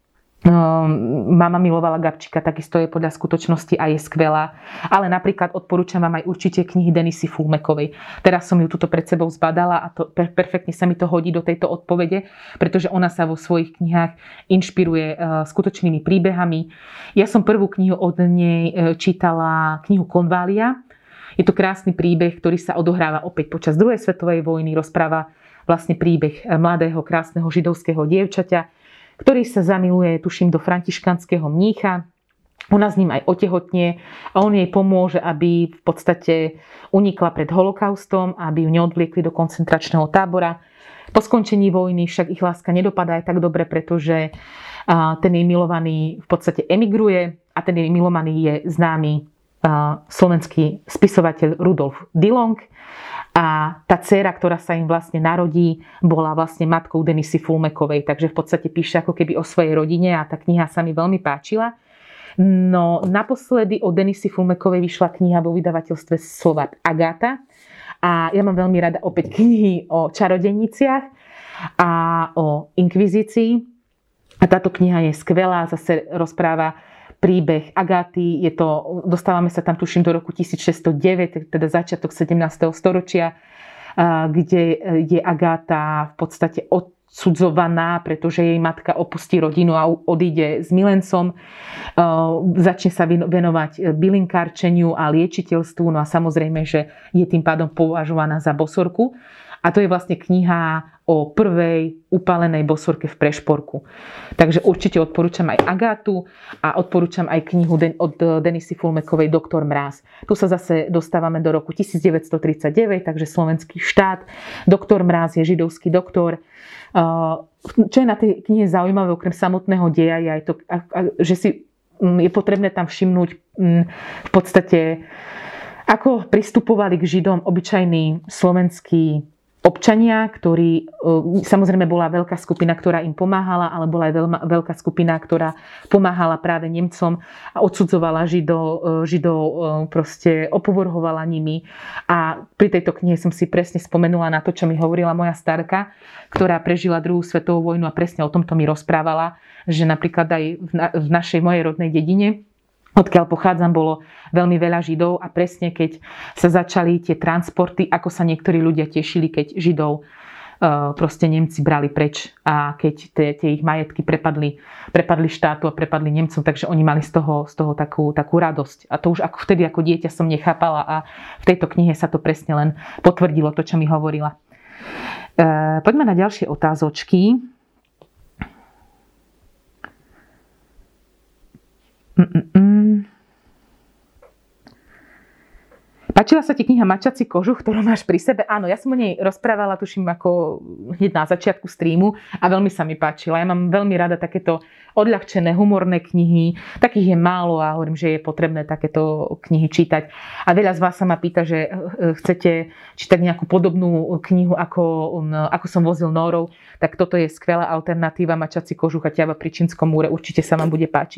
Mama milovala Gabčíka, takisto je podľa skutočnosti a je skvelá. Ale napríklad odporúčam vám aj určite knihy Denisy Fulmekovej. Teraz som ju tuto pred sebou zbadala a to per- perfektne sa mi to hodí do tejto odpovede, pretože ona sa vo svojich knihách inšpiruje e, skutočnými príbehami. Ja som prvú knihu od nej e, čítala knihu Konvália. Je to krásny príbeh, ktorý sa odohráva opäť počas druhej svetovej vojny. Rozpráva vlastne príbeh mladého, krásneho židovského dievčaťa, ktorý sa zamiluje, tuším, do františkanského mnícha. Ona s ním aj otehotnie a on jej pomôže, aby v podstate unikla pred holokaustom, aby ju neodvliekli do koncentračného tábora. Po skončení vojny však ich láska nedopadá aj tak dobre, pretože ten jej milovaný v podstate emigruje a ten jej milovaný je známy slovenský spisovateľ Rudolf Dillong. A tá dcéra, ktorá sa im vlastne narodí, bola vlastne matkou Denisy Fulmekovej. Takže v podstate píše ako keby o svojej rodine a tá kniha sa mi veľmi páčila. No naposledy o Denisy Fulmekovej vyšla kniha vo vydavateľstve Slovák Agáta. A ja mám veľmi rada opäť knihy o čarodejniciach a o inkvizícii. A táto kniha je skvelá, zase rozpráva príbeh Agáty, je to, dostávame sa tam tuším do roku tisícšesťstodeväť, teda začiatok sedemnásteho storočia, kde je Agáta v podstate odsudzovaná, pretože jej matka opustí rodinu a odíde s milencom. Začne sa venovať bylinkárčeniu a liečiteľstvu, no a samozrejme, že je tým pádom považovaná za bosorku. A to je vlastne kniha o prvej upálenej bosorke v Prešporku. Takže určite odporúčam aj Agátu a odporúčam aj knihu od Denisy Fulmekovej Doktor Mráz. Tu sa zase dostávame do roku devätnásťtridsaťdeväť, takže slovenský štát. Doktor Mráz je židovský doktor. Čo je na tej knihe zaujímavé, okrem samotného deja, je aj to, že si je potrebné tam všimnúť v podstate, ako pristupovali k Židom obyčajní slovenskí občania, ktorí, samozrejme bola veľká skupina, ktorá im pomáhala, ale bola aj veľma, veľká skupina, ktorá pomáhala práve Nemcom a odsudzovala Židov, Židov proste opovrhovala nimi. A pri tejto knihe som si presne spomenula na to, čo mi hovorila moja starka, ktorá prežila druhú svetovú vojnu a presne o tomto mi rozprávala, že napríklad aj v, na, v našej mojej rodnej dedine, odkiaľ pochádzam, bolo veľmi veľa Židov a presne keď sa začali tie transporty, ako sa niektorí ľudia tešili, keď Židov proste Nemci brali preč a keď tie, tie ich majetky prepadli, prepadli štátu a prepadli Nemcom, takže oni mali z toho, z toho takú, takú radosť. A to už ako vtedy ako dieťa som nechápala a v tejto knihe sa to presne len potvrdilo, to, čo mi hovorila. Poďme na ďalšie otázočky. Páčila Páčila sa ti kniha Mačací kožuch, ktorú máš pri sebe? Áno, ja som o nej rozprávala, tuším, ako hneď na začiatku streamu a veľmi sa mi páčila. Ja mám veľmi rada takéto odľahčené, humorné knihy. Takých je málo a hovorím, že je potrebné takéto knihy čítať. A veľa z vás sa ma pýta, že chcete čítať nejakú podobnú knihu, ako, ako som vozil Nórov, tak toto je skvelá alternatíva Mačací kožuch a Ťava pri Čínskom múre. Určite sa vám bude páčiť.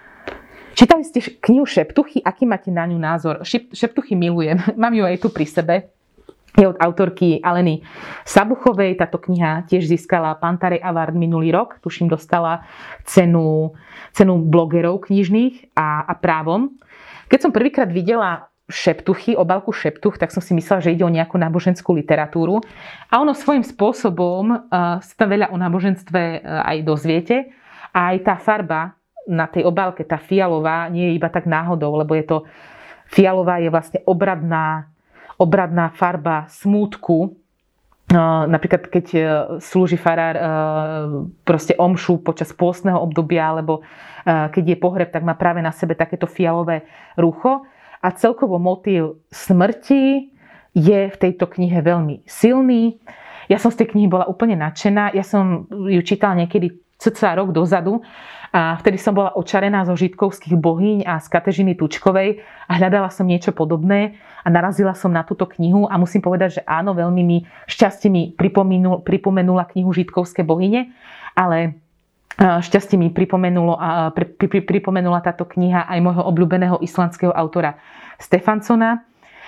Čítali ste knihu Šeptuchy? Aký máte na ňu názor? Šeptuchy milujem. Mám ju aj tu pri sebe. Je od autorky Aleny Sabuchovej. Táto kniha tiež získala Pantarej Award minulý rok. Tuším, dostala cenu, cenu blogerov knižných a, a právom. Keď som prvýkrát videla Šeptuchy, obálku Šeptuch, tak som si myslela, že ide o nejakú náboženskú literatúru. A ono svojím spôsobom uh, sa tam veľa o náboženstve uh, aj dozviete. A aj tá farba na tej obálke, tá fialová, nie je iba tak náhodou, lebo je to fialová je vlastne obradná, obradná farba smútku. Napríklad, keď slúži farár proste omšu počas pôstneho obdobia, alebo keď je pohreb, tak má práve na sebe takéto fialové rúcho. A celkovo motív smrti je v tejto knihe veľmi silný. Ja som z tej knihy bola úplne nadšená. Ja som ju čítala niekedy cca rok dozadu a vtedy som bola očarená zo žitkovských bohyň a z Katežiny Tučkovej a hľadala som niečo podobné a narazila som na túto knihu a musím povedať, že áno, veľmi mi šťastie mi pripomenula knihu Žitkovské bohyne, ale šťastie mi pripomenulo, pri, pri, pripomenula táto kniha aj môjho obľúbeného islandského autora Stefansona.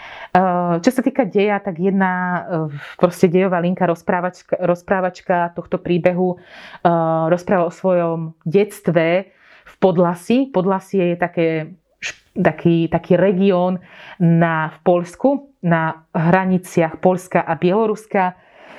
Čo sa týka deja, tak jedna proste dejová linka, rozprávačka, rozprávačka tohto príbehu rozpráva o svojom detstve v Podlasí. Podlasie je také, taký, taký región na, v Poľsku, na hraniciach Poľska a Bieloruska.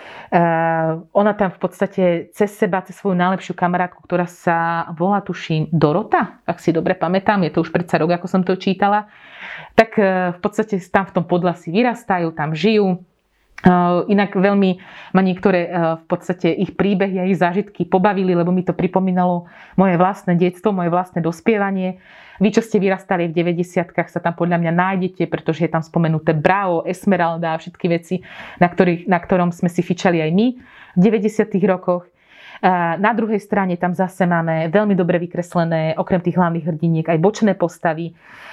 Ona tam v podstate cez seba, cez svoju najlepšiu kamarátku, ktorá sa volá, tuším, Dorota, ak si dobre pamätám, je to už predsa rok, ako som to čítala, tak v podstate tam v tom Podlasí vyrastajú, tam žijú. Inak veľmi ma niektoré v podstate ich príbehy a ich zážitky pobavili, lebo mi to pripomínalo moje vlastné detstvo, moje vlastné dospievanie. Vy, čo ste vyrastali v deväťdesiatkach, sa tam podľa mňa nájdete, pretože je tam spomenuté Bravo, Esmeralda a všetky veci, na, ktorých, na ktorom sme si fičali aj my v deväťdesiatych rokoch. Na druhej strane tam zase máme veľmi dobre vykreslené, okrem tých hlavných hrdiniek, aj bočné postavy,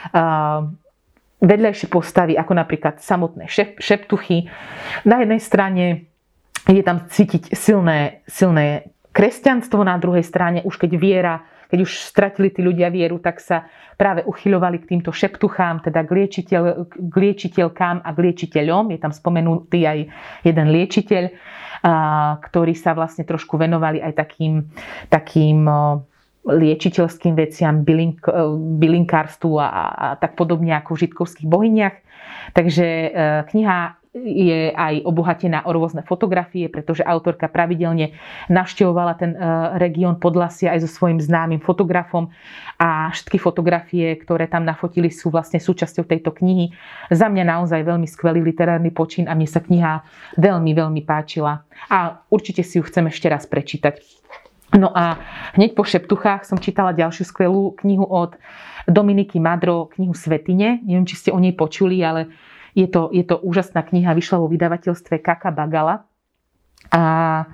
vedľajšie postavy, ako napríklad samotné šep, šeptuchy. Na jednej strane je tam cítiť silné, silné kresťanstvo, na druhej strane už keď viera, keď už stratili tí ľudia vieru, tak sa práve uchyľovali k týmto šeptuchám, teda k, liečiteľ, k liečiteľkám a k liečiteľom. Je tam spomenutý aj jeden liečiteľ, ktorí sa vlastne trošku venovali aj takým, takým liečiteľským veciam, bylink, bylinkárstvu a, a tak podobne ako v žitkovských bohyniach. Takže kniha je aj obohatená o rôzne fotografie, pretože autorka pravidelne navštevovala ten región Podlasia aj so svojím známym fotografom a všetky fotografie, ktoré tam nafotili, sú vlastne súčasťou tejto knihy. Za mňa naozaj veľmi skvelý literárny počin a mne sa kniha veľmi, veľmi páčila. A určite si ju chcem ešte raz prečítať. No a hneď po Šeptuchách som čítala ďalšiu skvelú knihu od Dominiky Madro, knihu Svetine. Neviem, či ste o nej počuli, ale je to, je to úžasná kniha, vyšla vo vydavateľstve Kaka Bagala. A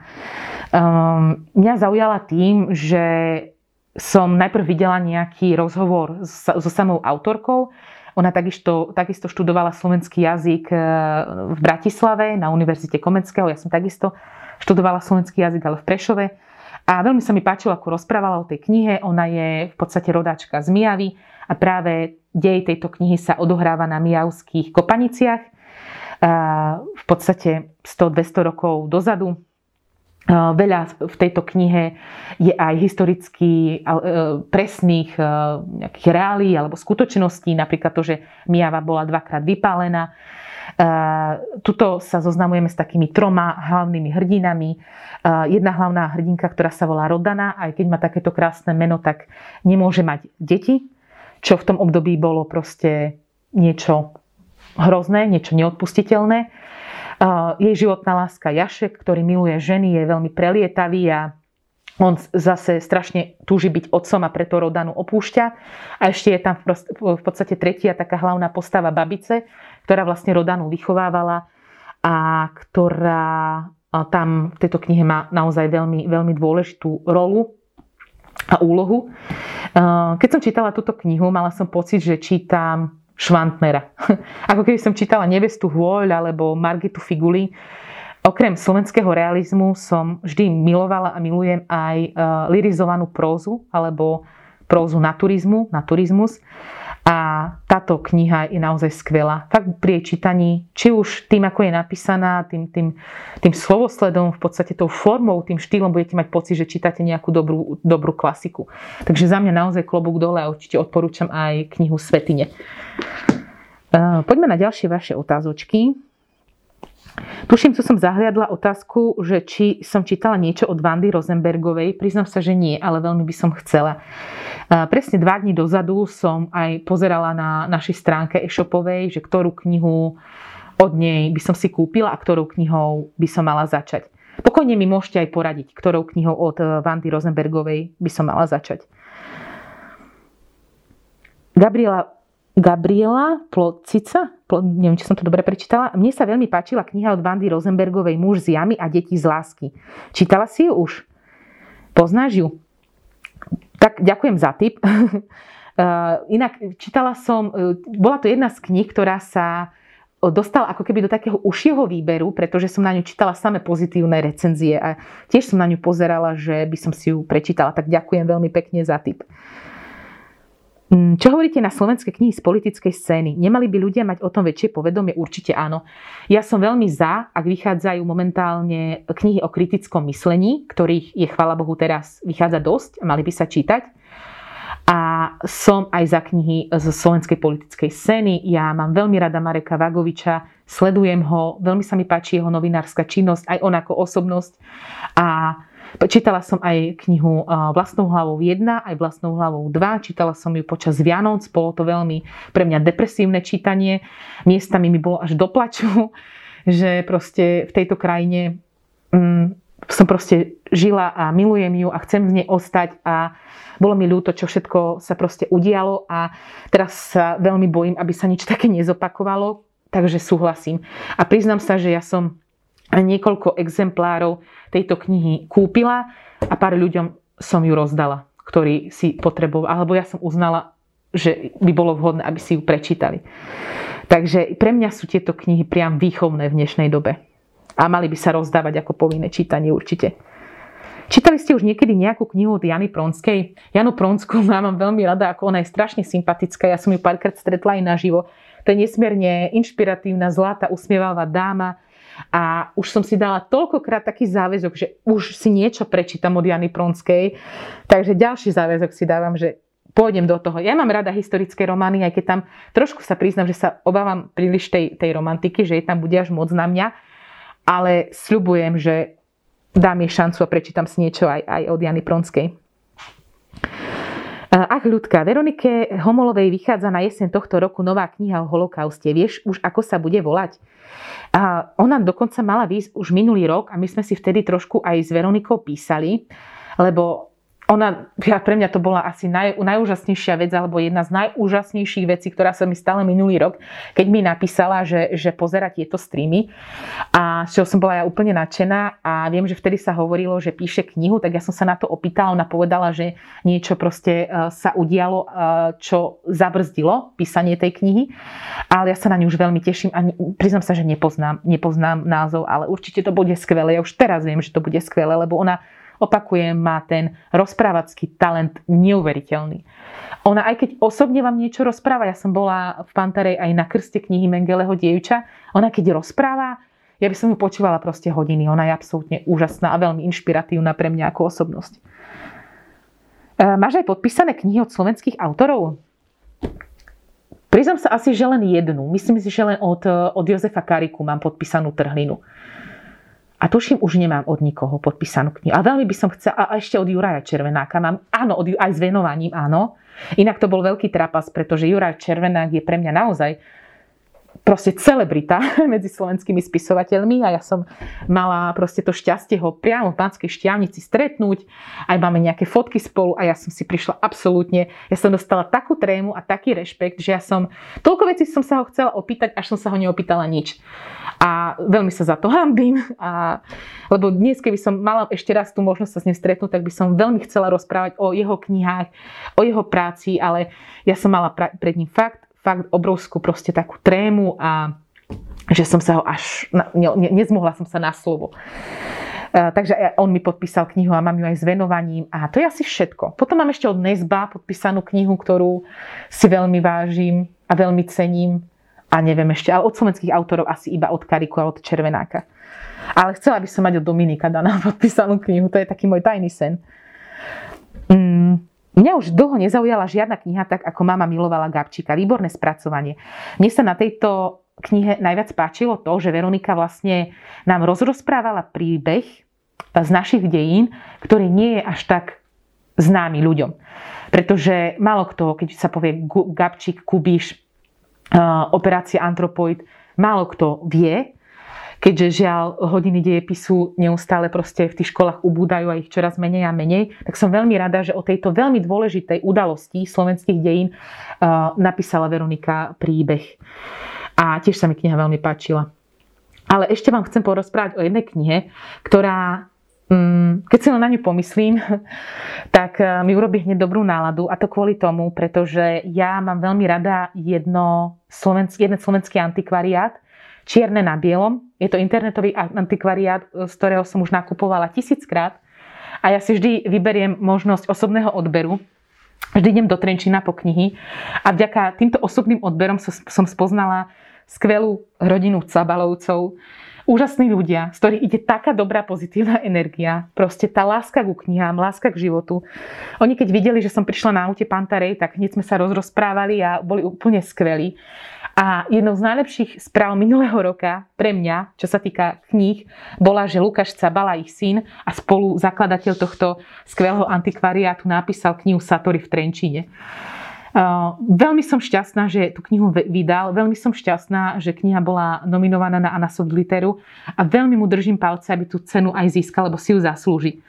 um, mňa zaujala tým, že som najprv videla nejaký rozhovor so samou autorkou. Ona takisto, takisto študovala slovenský jazyk v Bratislave na Univerzite Komenského. Ja som takisto študovala slovenský jazyk, ale v Prešove. A veľmi sa mi páčilo, ako rozprávala o tej knihe. Ona je v podstate rodáčka z Mijavy a práve dej tejto knihy sa odohráva na mijavských kopaniciach. V podstate sto dvesto rokov dozadu. Veľa v tejto knihe je aj historicky presných nejakých reálií alebo skutočností. Napríklad to, že Mijava bola dvakrát vypálená. Tuto sa zoznamujeme s takými troma hlavnými hrdinami. Jedna hlavná hrdinka, ktorá sa volá Rodana, aj keď má takéto krásne meno, tak nemôže mať deti, čo v tom období bolo proste niečo hrozné, niečo neodpustiteľné. Jej životná láska Jašek, ktorý miluje ženy, je veľmi prelietavý a On zase strašne túži byť otcom a preto Rodanu opúšťa. A ešte je tam v podstate tretia taká hlavná postava babice, ktorá vlastne Rodanu vychovávala a ktorá tam v tejto knihe má naozaj veľmi, veľmi dôležitú rolu a úlohu. Keď som čítala túto knihu, mala som pocit, že čítam Švantnera. Ako keby som čítala Nevestu Hôľ alebo Margitu Figuli. Okrem slovenského realizmu som vždy milovala a milujem aj lyrizovanú prózu alebo prózu naturizmu, naturizmus. A táto kniha je naozaj skvelá. Fakt pri jej čítaní, či už tým, ako je napísaná, tým, tým, tým slovosledom, v podstate tou formou, tým štýlom budete mať pocit, že čítate nejakú dobrú, dobrú klasiku. Takže za mňa naozaj klobúk dole a určite odporúčam aj knihu Svätyne. Poďme na ďalšie vaše otázočky. Tuším, tu som zahliadla otázku, že či som čítala niečo od Vandy Rosenbergovej. Priznám sa, že nie, ale veľmi by som chcela. Presne dva dní dozadu som aj pozerala na našej stránke e-shopovej, že ktorú knihu od nej by som si kúpila a ktorou knihou by som mala začať. Pokojne mi môžete aj poradiť, ktorou knihou od Vandy Rosenbergovej by som mala začať. Gabriela Gabriela Plocica, neviem, či som to dobre prečítala. Mne sa veľmi páčila kniha od Vandy Rosenbergovej Muž z jamy a deti z lásky. Čítala si ju už? Poznáš ju? Tak ďakujem za tip. Inak čítala som, bola to jedna z kníh, ktorá sa dostala ako keby do takého užšieho výberu, pretože som na ňu čítala samé pozitívne recenzie a tiež som na ňu pozerala, že by som si ju prečítala. Tak ďakujem veľmi pekne za tip. Čo hovoríte na slovenské knihy z politickej scény? Nemali by ľudia mať o tom väčšie povedomie? Určite áno. Ja som veľmi za, ak vychádzajú momentálne knihy o kritickom myslení, ktorých je, chvála Bohu, teraz vychádza dosť a mali by sa čítať. A som aj za knihy zo slovenskej politickej scény. Ja mám veľmi rada Mareka Vagoviča, sledujem ho, veľmi sa mi páči jeho novinárska činnosť, aj on ako osobnosť. A čítala som aj knihu Vlastnou hlavou jeden, aj Vlastnou hlavou dva. Čítala som ju počas Vianoc. Bolo to veľmi pre mňa depresívne čítanie. Miestami mi bolo až do plaču, že proste v tejto krajine um, som proste žila a milujem ju a chcem v nej ostať a bolo mi ľúto, čo všetko sa proste udialo a teraz sa veľmi bojím, aby sa nič také nezopakovalo. Takže súhlasím. A priznám sa, že ja som niekoľko exemplárov tejto knihy kúpila a pár ľuďom som ju rozdala, ktorí si potrebovali, alebo ja som uznala, že by bolo vhodné, aby si ju prečítali. Takže pre mňa sú tieto knihy priam výchovné v dnešnej dobe. A mali by sa rozdávať ako povinné čítanie určite. Čítali ste už niekedy nejakú knihu od Jany Pronskej? Janu Pronskú mám veľmi rada, ako ona je strašne sympatická. Ja som ju párkrát stretla aj naživo. To je nesmierne inšpiratívna, zlatá, usmievavá dáma. A už som si dala toľkokrát taký záväzok, že už si niečo prečítam od Jany Pronskej. Takže ďalší záväzok si dávam, že pôjdem do toho. Ja mám rada historické romány, aj keď tam trošku sa priznám, že sa obávam príliš tej, tej romantiky, že je tam bude až moc na mňa. Ale sľubujem, že dám jej šancu a prečítam si niečo aj, aj od Jany Pronskej. Ach, ľudka, Veronike Homolovej vychádza na jeseň tohto roku nová kniha o holokauste. Vieš už, ako sa bude volať? A ona dokonca mala výjsť už minulý rok a my sme si vtedy trošku aj s Veronikou písali, lebo ona, pre mňa to bola asi naj, najúžasnejšia vec, alebo jedna z najúžasnejších vecí, ktorá sa mi stala minulý rok, keď mi napísala, že, že pozera tieto streamy. A z čoho som bola ja úplne nadšená a viem, že vtedy sa hovorilo, že píše knihu, tak ja som sa na to opýtala, ona povedala, že niečo proste sa udialo, čo zabrzdilo písanie tej knihy. Ale ja sa na ňu už veľmi teším a priznám sa, že nepoznám, nepoznám názov, ale určite to bude skvelé. Ja už teraz viem, že to bude skvelé, lebo ona, opakujem, má ten rozprávacký talent neuveriteľný. Ona, aj keď osobne vám niečo rozpráva, ja som bola v Pantarej aj na krste knihy Mengeleho dievča, ona keď rozpráva, ja by som ju počúvala proste hodiny. Ona je absolútne úžasná a veľmi inšpiratívna pre mňa ako osobnosť. E, máš aj podpísané knihy od slovenských autorov? Priznám sa asi, že len jednu. Myslím si, že len od, od Jozefa Kariku mám podpísanú Trhlinu. A tuším, už nemám od nikoho podpísanú knihu. A veľmi by som chcela, a ešte od Juraja Červenáka mám, áno, od, aj s venovaním, áno. Inak to bol veľký trapas, pretože Juraj Červenák je pre mňa naozaj proste celebrita medzi slovenskými spisovateľmi a ja som mala proste to šťastie ho priamo v Banskej Štiavnici stretnúť. Aj máme nejaké fotky spolu a ja som si prišla absolútne, ja som dostala takú trému a taký rešpekt, že ja som, toľko vecí som sa ho chcela opýtať, až som sa ho neopýtala nič. A veľmi sa za to hanbím, a, lebo dnes, keby som mala ešte raz tú možnosť sa s ním stretnúť, tak by som veľmi chcela rozprávať o jeho knihách, o jeho práci, ale ja som mala pra- pred ním fakt fakt obrovskú proste takú trému a že som sa ho až, ne, ne, nezmohla som sa na slovo. Uh, takže on mi podpísal knihu a mám ju aj s venovaním a to je asi všetko. Potom mám ešte od Nesba podpísanú knihu, ktorú si veľmi vážim a veľmi cením a neviem ešte, ale od slovenských autorov asi iba od Kariku a od Červenáka. Ale chcela by som mať od Dominika Dana podpísanú knihu, to je taký môj tajný sen. Mm. Mňa už dlho nezaujala žiadna kniha tak, ako Mama milovala Gabčíka. Výborné spracovanie. Mne sa na tejto knihe najviac páčilo to, že Veronika vlastne nám rozrozprávala príbeh z našich dejín, ktorý nie je až tak známy ľuďom. Pretože málo kto, keď sa povie Gabčík, Kubiš, operácia Antropoid, málo kto vie, keďže žiaľ hodiny dejepisu neustále proste v tých školách ubúdajú a ich čoraz menej a menej, tak som veľmi rada, že o tejto veľmi dôležitej udalosti slovenských dejín uh, napísala Veronika príbeh. A tiež sa mi kniha veľmi páčila. Ale ešte vám chcem porozprávať o jednej knihe, ktorá, um, keď si len na ňu pomyslím, tak uh, mi urobí hneď dobrú náladu. A to kvôli tomu, pretože ja mám veľmi rada jedno slovenský, jeden slovenský antikvariát, Čierne na bielom. Je to internetový antikvariát, z ktorého som už nakupovala tisíckrát. A ja si vždy vyberiem možnosť osobného odberu. Vždy idem do Trenčína po knihy. A vďaka týmto osobným odberom som spoznala skvelú rodinu Cabalovcov. Úžasní ľudia, z ktorých ide taká dobrá pozitívna energia. Proste tá láska ku knihám, láska k životu. Oni keď videli, že som prišla na aute Pantarej, tak hneď sme sa rozprávali a boli úplne skvelí. A jednou z najlepších správ minulého roka pre mňa, čo sa týka kníh, bola, že Lukáš Cabala, ich syn a spolu zakladateľ tohto skvelého antikvariátu, napísal knihu Satori v Trenčíne. Uh, veľmi som šťastná, že tú knihu vydal, veľmi som šťastná, že kniha bola nominovaná na Anasoft Literu a veľmi mu držím palce, aby tú cenu aj získal, lebo si ju zaslúži.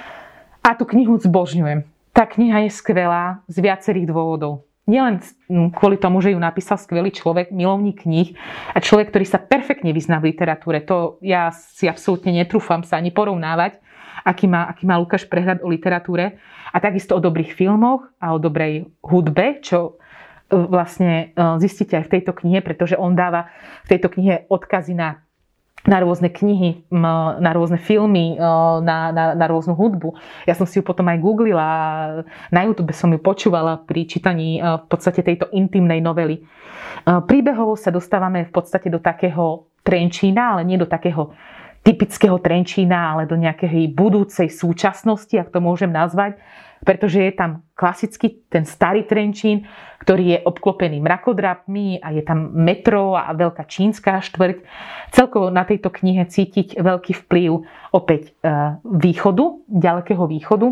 A tú knihu zbožňujem. Tá kniha je skvelá z viacerých dôvodov. Nielen kvôli tomu, že ju napísal skvelý človek, milovník kníh a človek, ktorý sa perfektne vyzná v literatúre. To ja si absolútne netrúfam sa ani porovnávať, aký má, aký má Lukáš prehľad o literatúre. A takisto o dobrých filmoch a o dobrej hudbe, čo vlastne zistíte aj v tejto knihe, pretože on dáva v tejto knihe odkazy na na rôzne knihy, na rôzne filmy, na, na, na rôznu hudbu. Ja som si ju potom aj googlila, na YouTube som ju počúvala pri čítaní v podstate tejto intimnej novely. Príbehovo sa dostávame v podstate do takého Trenčína, ale nie do takého typického Trenčína, ale do nejakej budúcej súčasnosti, ak to môžem nazvať, pretože je tam klasicky ten starý Trenčín, ktorý je obklopený mrakodrapmi a je tam metro a veľká čínska štvrť. Celkovo na tejto knihe cítiť veľký vplyv opäť východu, ďalekého východu,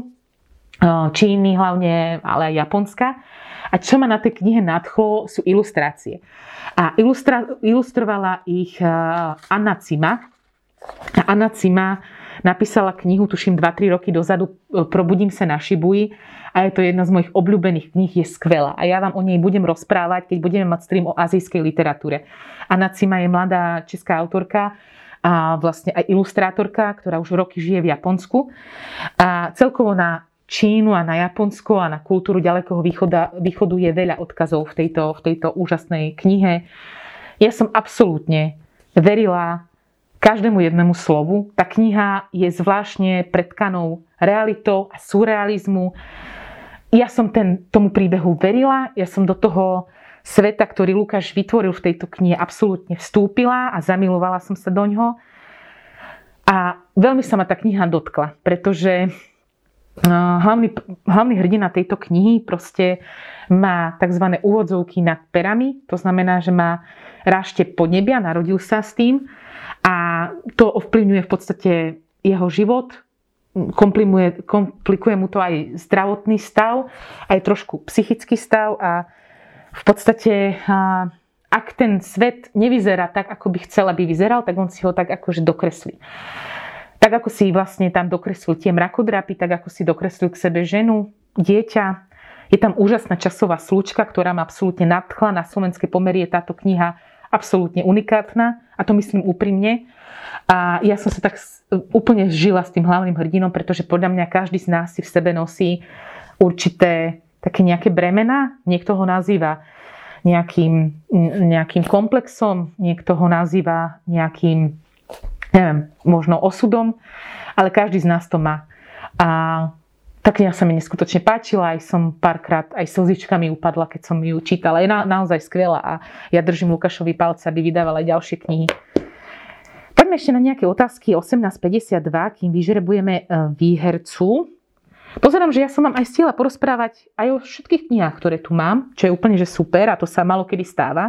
Číny hlavne, ale aj Japonska. A čo ma na tej knihe nadchlo, sú ilustrácie. A ilustra- ilustrovala ich Anna Cima. A Anna Cima napísala knihu, tuším dva tri roky dozadu, Probudím sa na Šibuji, a je to jedna z mojich obľúbených kníh, je skvelá. A ja vám o nej budem rozprávať, keď budeme mať stream o azijskej literatúre. Anna Cima je mladá česká autorka a vlastne aj ilustrátorka, ktorá už roky žije v Japonsku. A celkovo na Čínu a na Japonsko a na kultúru ďalekého východa, východu je veľa odkazov v tejto, v tejto úžasnej knihe. Ja som absolútne verila každému jednému slovu. Tá kniha je zvláštne pretkanou realitou a surrealizmu. Ja som ten, tomu príbehu verila, ja som do toho sveta, ktorý Lukáš vytvoril v tejto knihe, absolútne vstúpila a zamilovala som sa do ňoho. A veľmi sa ma tá kniha dotkla, pretože hlavný, hlavný hrdina tejto knihy proste má tzv. Úvodzovky nad perami, to znamená, že má rášte podnebia, narodil sa s tým a to ovplyvňuje v podstate jeho život, komplikuje, komplikuje mu to aj zdravotný stav, aj trošku psychický stav a v podstate ak ten svet nevyzerá tak, ako by chcel, aby vyzeral, tak on si ho tak akože dokreslí. Tak ako si vlastne tam dokreslil tie mrakodrapy, tak ako si dokreslil k sebe ženu, dieťa. Je tam úžasná časová slučka, ktorá ma absolútne nadchla. Na slovenské pomery je táto kniha absolútne unikátna a to myslím úprimne. A ja som sa tak úplne žila s tým hlavným hrdinom, pretože podľa mňa každý z nás si v sebe nosí určité také nejaké bremená. Niekto ho nazýva nejakým, nejakým komplexom, niekto ho nazýva nejakým, neviem, možno osudom, ale každý z nás to má. A tá kniha sa mi neskutočne páčila, aj som párkrát aj slzičkami upadla, keď som ju čítala. Je na, naozaj skvelá a ja držím Lukášovi palce, aby vydával aj ďalšie knihy. Poďme ešte na nejaké otázky. osemnásť päťdesiatdva, kým vyžrebujeme výhercu. Pozerám, že ja som vám aj stihla porozprávať aj o všetkých knihách, ktoré tu mám, čo je úplne že super a to sa málo kedy stáva.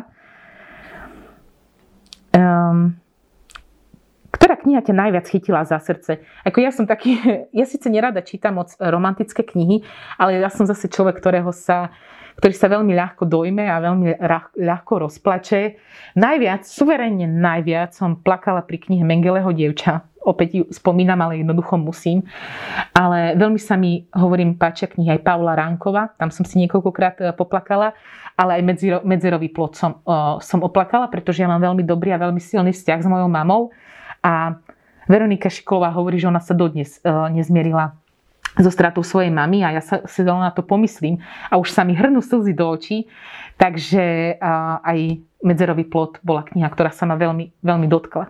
Um, Ktorá kniha ťa najviac chytila za srdce? Ako ja som taký, ja síce nerada čítam moc romantické knihy, ale ja som zase človek, ktorého sa, ktorý sa veľmi ľahko dojme a veľmi ľahko rozplače. Najviac, suverénne najviac som plakala pri knihe Mengeleho dievča. Opäť ju spomínam, ale jednoducho musím. Ale veľmi sa mi, hovorím, páčia knihy aj Paula Ránkova. Tam som si niekoľkokrát poplakala. Ale aj medzero, medzerový plod som, uh, som oplakala, pretože ja mám veľmi dobrý a veľmi silný vzťah s mojou mamou. A Veronika Šikolová hovorí, že ona sa dodnes uh, nezmierila so stratou svojej mamy a ja sa si na to pomyslím a už sa mi hrnú slzy do očí. Takže uh, aj Medzerový plod bola kniha, ktorá sa ma veľmi, veľmi dotkla.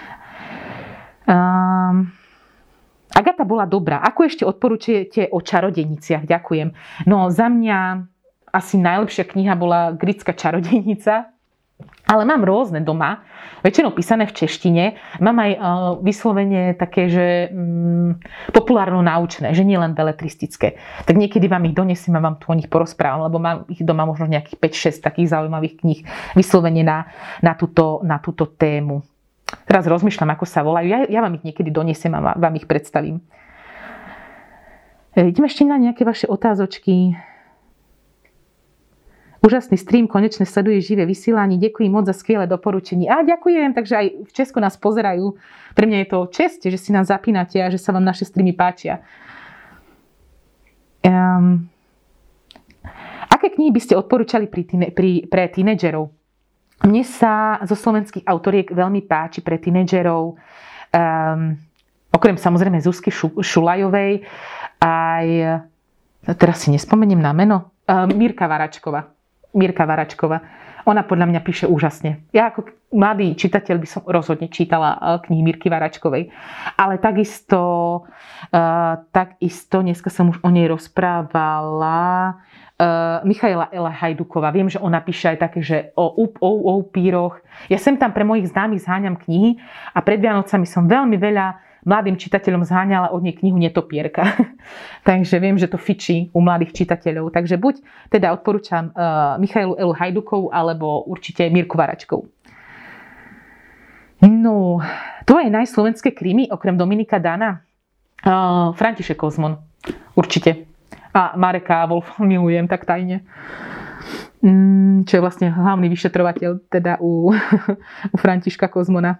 Um, Agata bola dobrá. Ako ešte odporúčujete o čarodejniciach? Ďakujem. No za mňa asi najlepšia kniha bola Grécka čarodejnica. Ale mám rôzne doma, väčšinou písané v češtine. Mám aj uh, vyslovene také, že um, populárno-naučné, že nie len beletristické. Tak niekedy vám ich donesiem a vám tu o nich porozprávam, lebo mám ich doma možno nejakých päť šesť takých zaujímavých kníh vyslovene na, na, túto, na túto tému. Teraz rozmýšľam, ako sa volajú. Ja, ja vám ich niekedy donesiem a vám ich predstavím. Ideme ešte na nejaké vaše otázočky. Úžasný stream, konečne sleduje živé vysielanie. Ďakujem moc za skvelé doporučenie. A ďakujem, takže aj v Česku nás pozerajú. Pre mňa je to česť, že si nás zapínate a že sa vám naše streamy páčia. Um, aké knihy by ste odporúčali pri tine, pri, pre tínedžerov? Mne sa zo slovenských autoriek veľmi páči pre tínedžerov. Um, okrem samozrejme Zuzky Šulajovej aj, teraz si nespomeniem na meno, uh, Mirka Varačková. Mirka Varačková. Ona podľa mňa píše úžasne. Ja ako mladý čitateľ by som rozhodne čítala knihy Mirky Varačkovej. Ale takisto, uh, takisto, dneska som už o nej rozprávala, uh, Michaela Ela Hajduková. Viem, že ona píše aj také, že o, o, o upíroch. Ja sem tam pre mojich známych zháňam knihy a pred Vianocami som veľmi veľa mladým čitateľom zháňala od nej knihu Netopierka. Takže viem, že to fičí u mladých čitateľov. Takže buď teda odporúčam uh, Michailu Elu Hajdukovú alebo určite Mirku Varačkovú. No, tvoje najslovenské krimi okrem Dominika Dana? Uh, František Kozmon. Určite. A Mareka Wolf milujem tak tajne. Mm, čo je vlastne hlavný vyšetrovateľ teda u, u Františka Kozmona.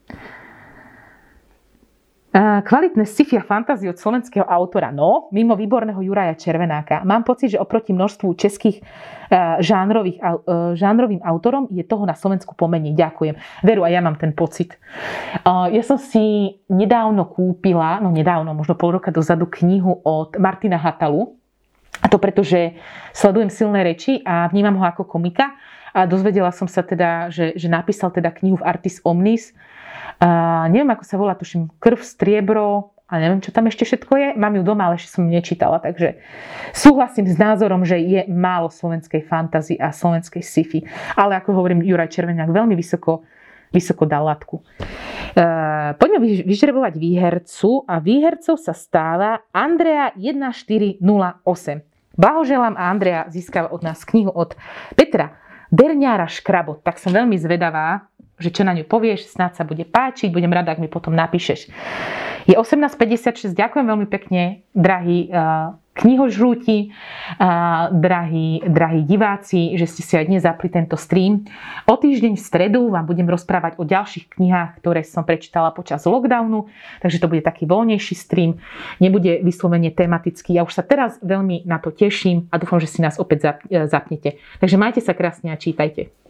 Kvalitné sci-fi a fantázie od slovenského autora. No, mimo výborného Juraja Červenáka. Mám pocit, že oproti množstvu českých uh, žánrových, uh, žánrovým autorom je toho na Slovensku pomenej. Ďakujem. Veru, a ja mám ten pocit. Uh, ja som si nedávno kúpila, no nedávno, možno pol roka dozadu, knihu od Martina Hatalu. A to preto, že sledujem Silné reči a vnímam ho ako komika. A dozvedela som sa teda, že, že napísal teda knihu v Artis Omnis. Uh, neviem, ako sa volá, tuším, Krv, striebro a neviem, čo tam ešte všetko je. Mám ju doma, ale ešte som ju nečítala, takže súhlasím s názorom, že je málo slovenskej fantasy a slovenskej sci-fi. Ale ako hovorím, Juraj Červenák veľmi vysoko, vysoko dal latku. Uh, poďme vyžrebovať výhercu a výhercov sa stáva Andrea jeden štyri nula osem. Blahoželám a Andrea získava od nás knihu od Petra Berňára Škrabot. Tak som veľmi zvedavá, že čo na ňu povieš, snáď sa bude páčiť, budem rada, ak mi potom napíšeš. Je osemnásť päťdesiatšesť. Ďakujem veľmi pekne, drahí knihožrúti, drahí, drahí diváci, že ste si aj dnes zapli tento stream. O týždeň v stredu vám budem rozprávať o ďalších knihách, ktoré som prečítala počas lockdownu, takže to bude taký voľnejší stream, nebude vyslovene tematický. Ja už sa teraz veľmi na to teším a dúfam, že si nás opäť zapnete. Takže majte sa krásne a čítajte.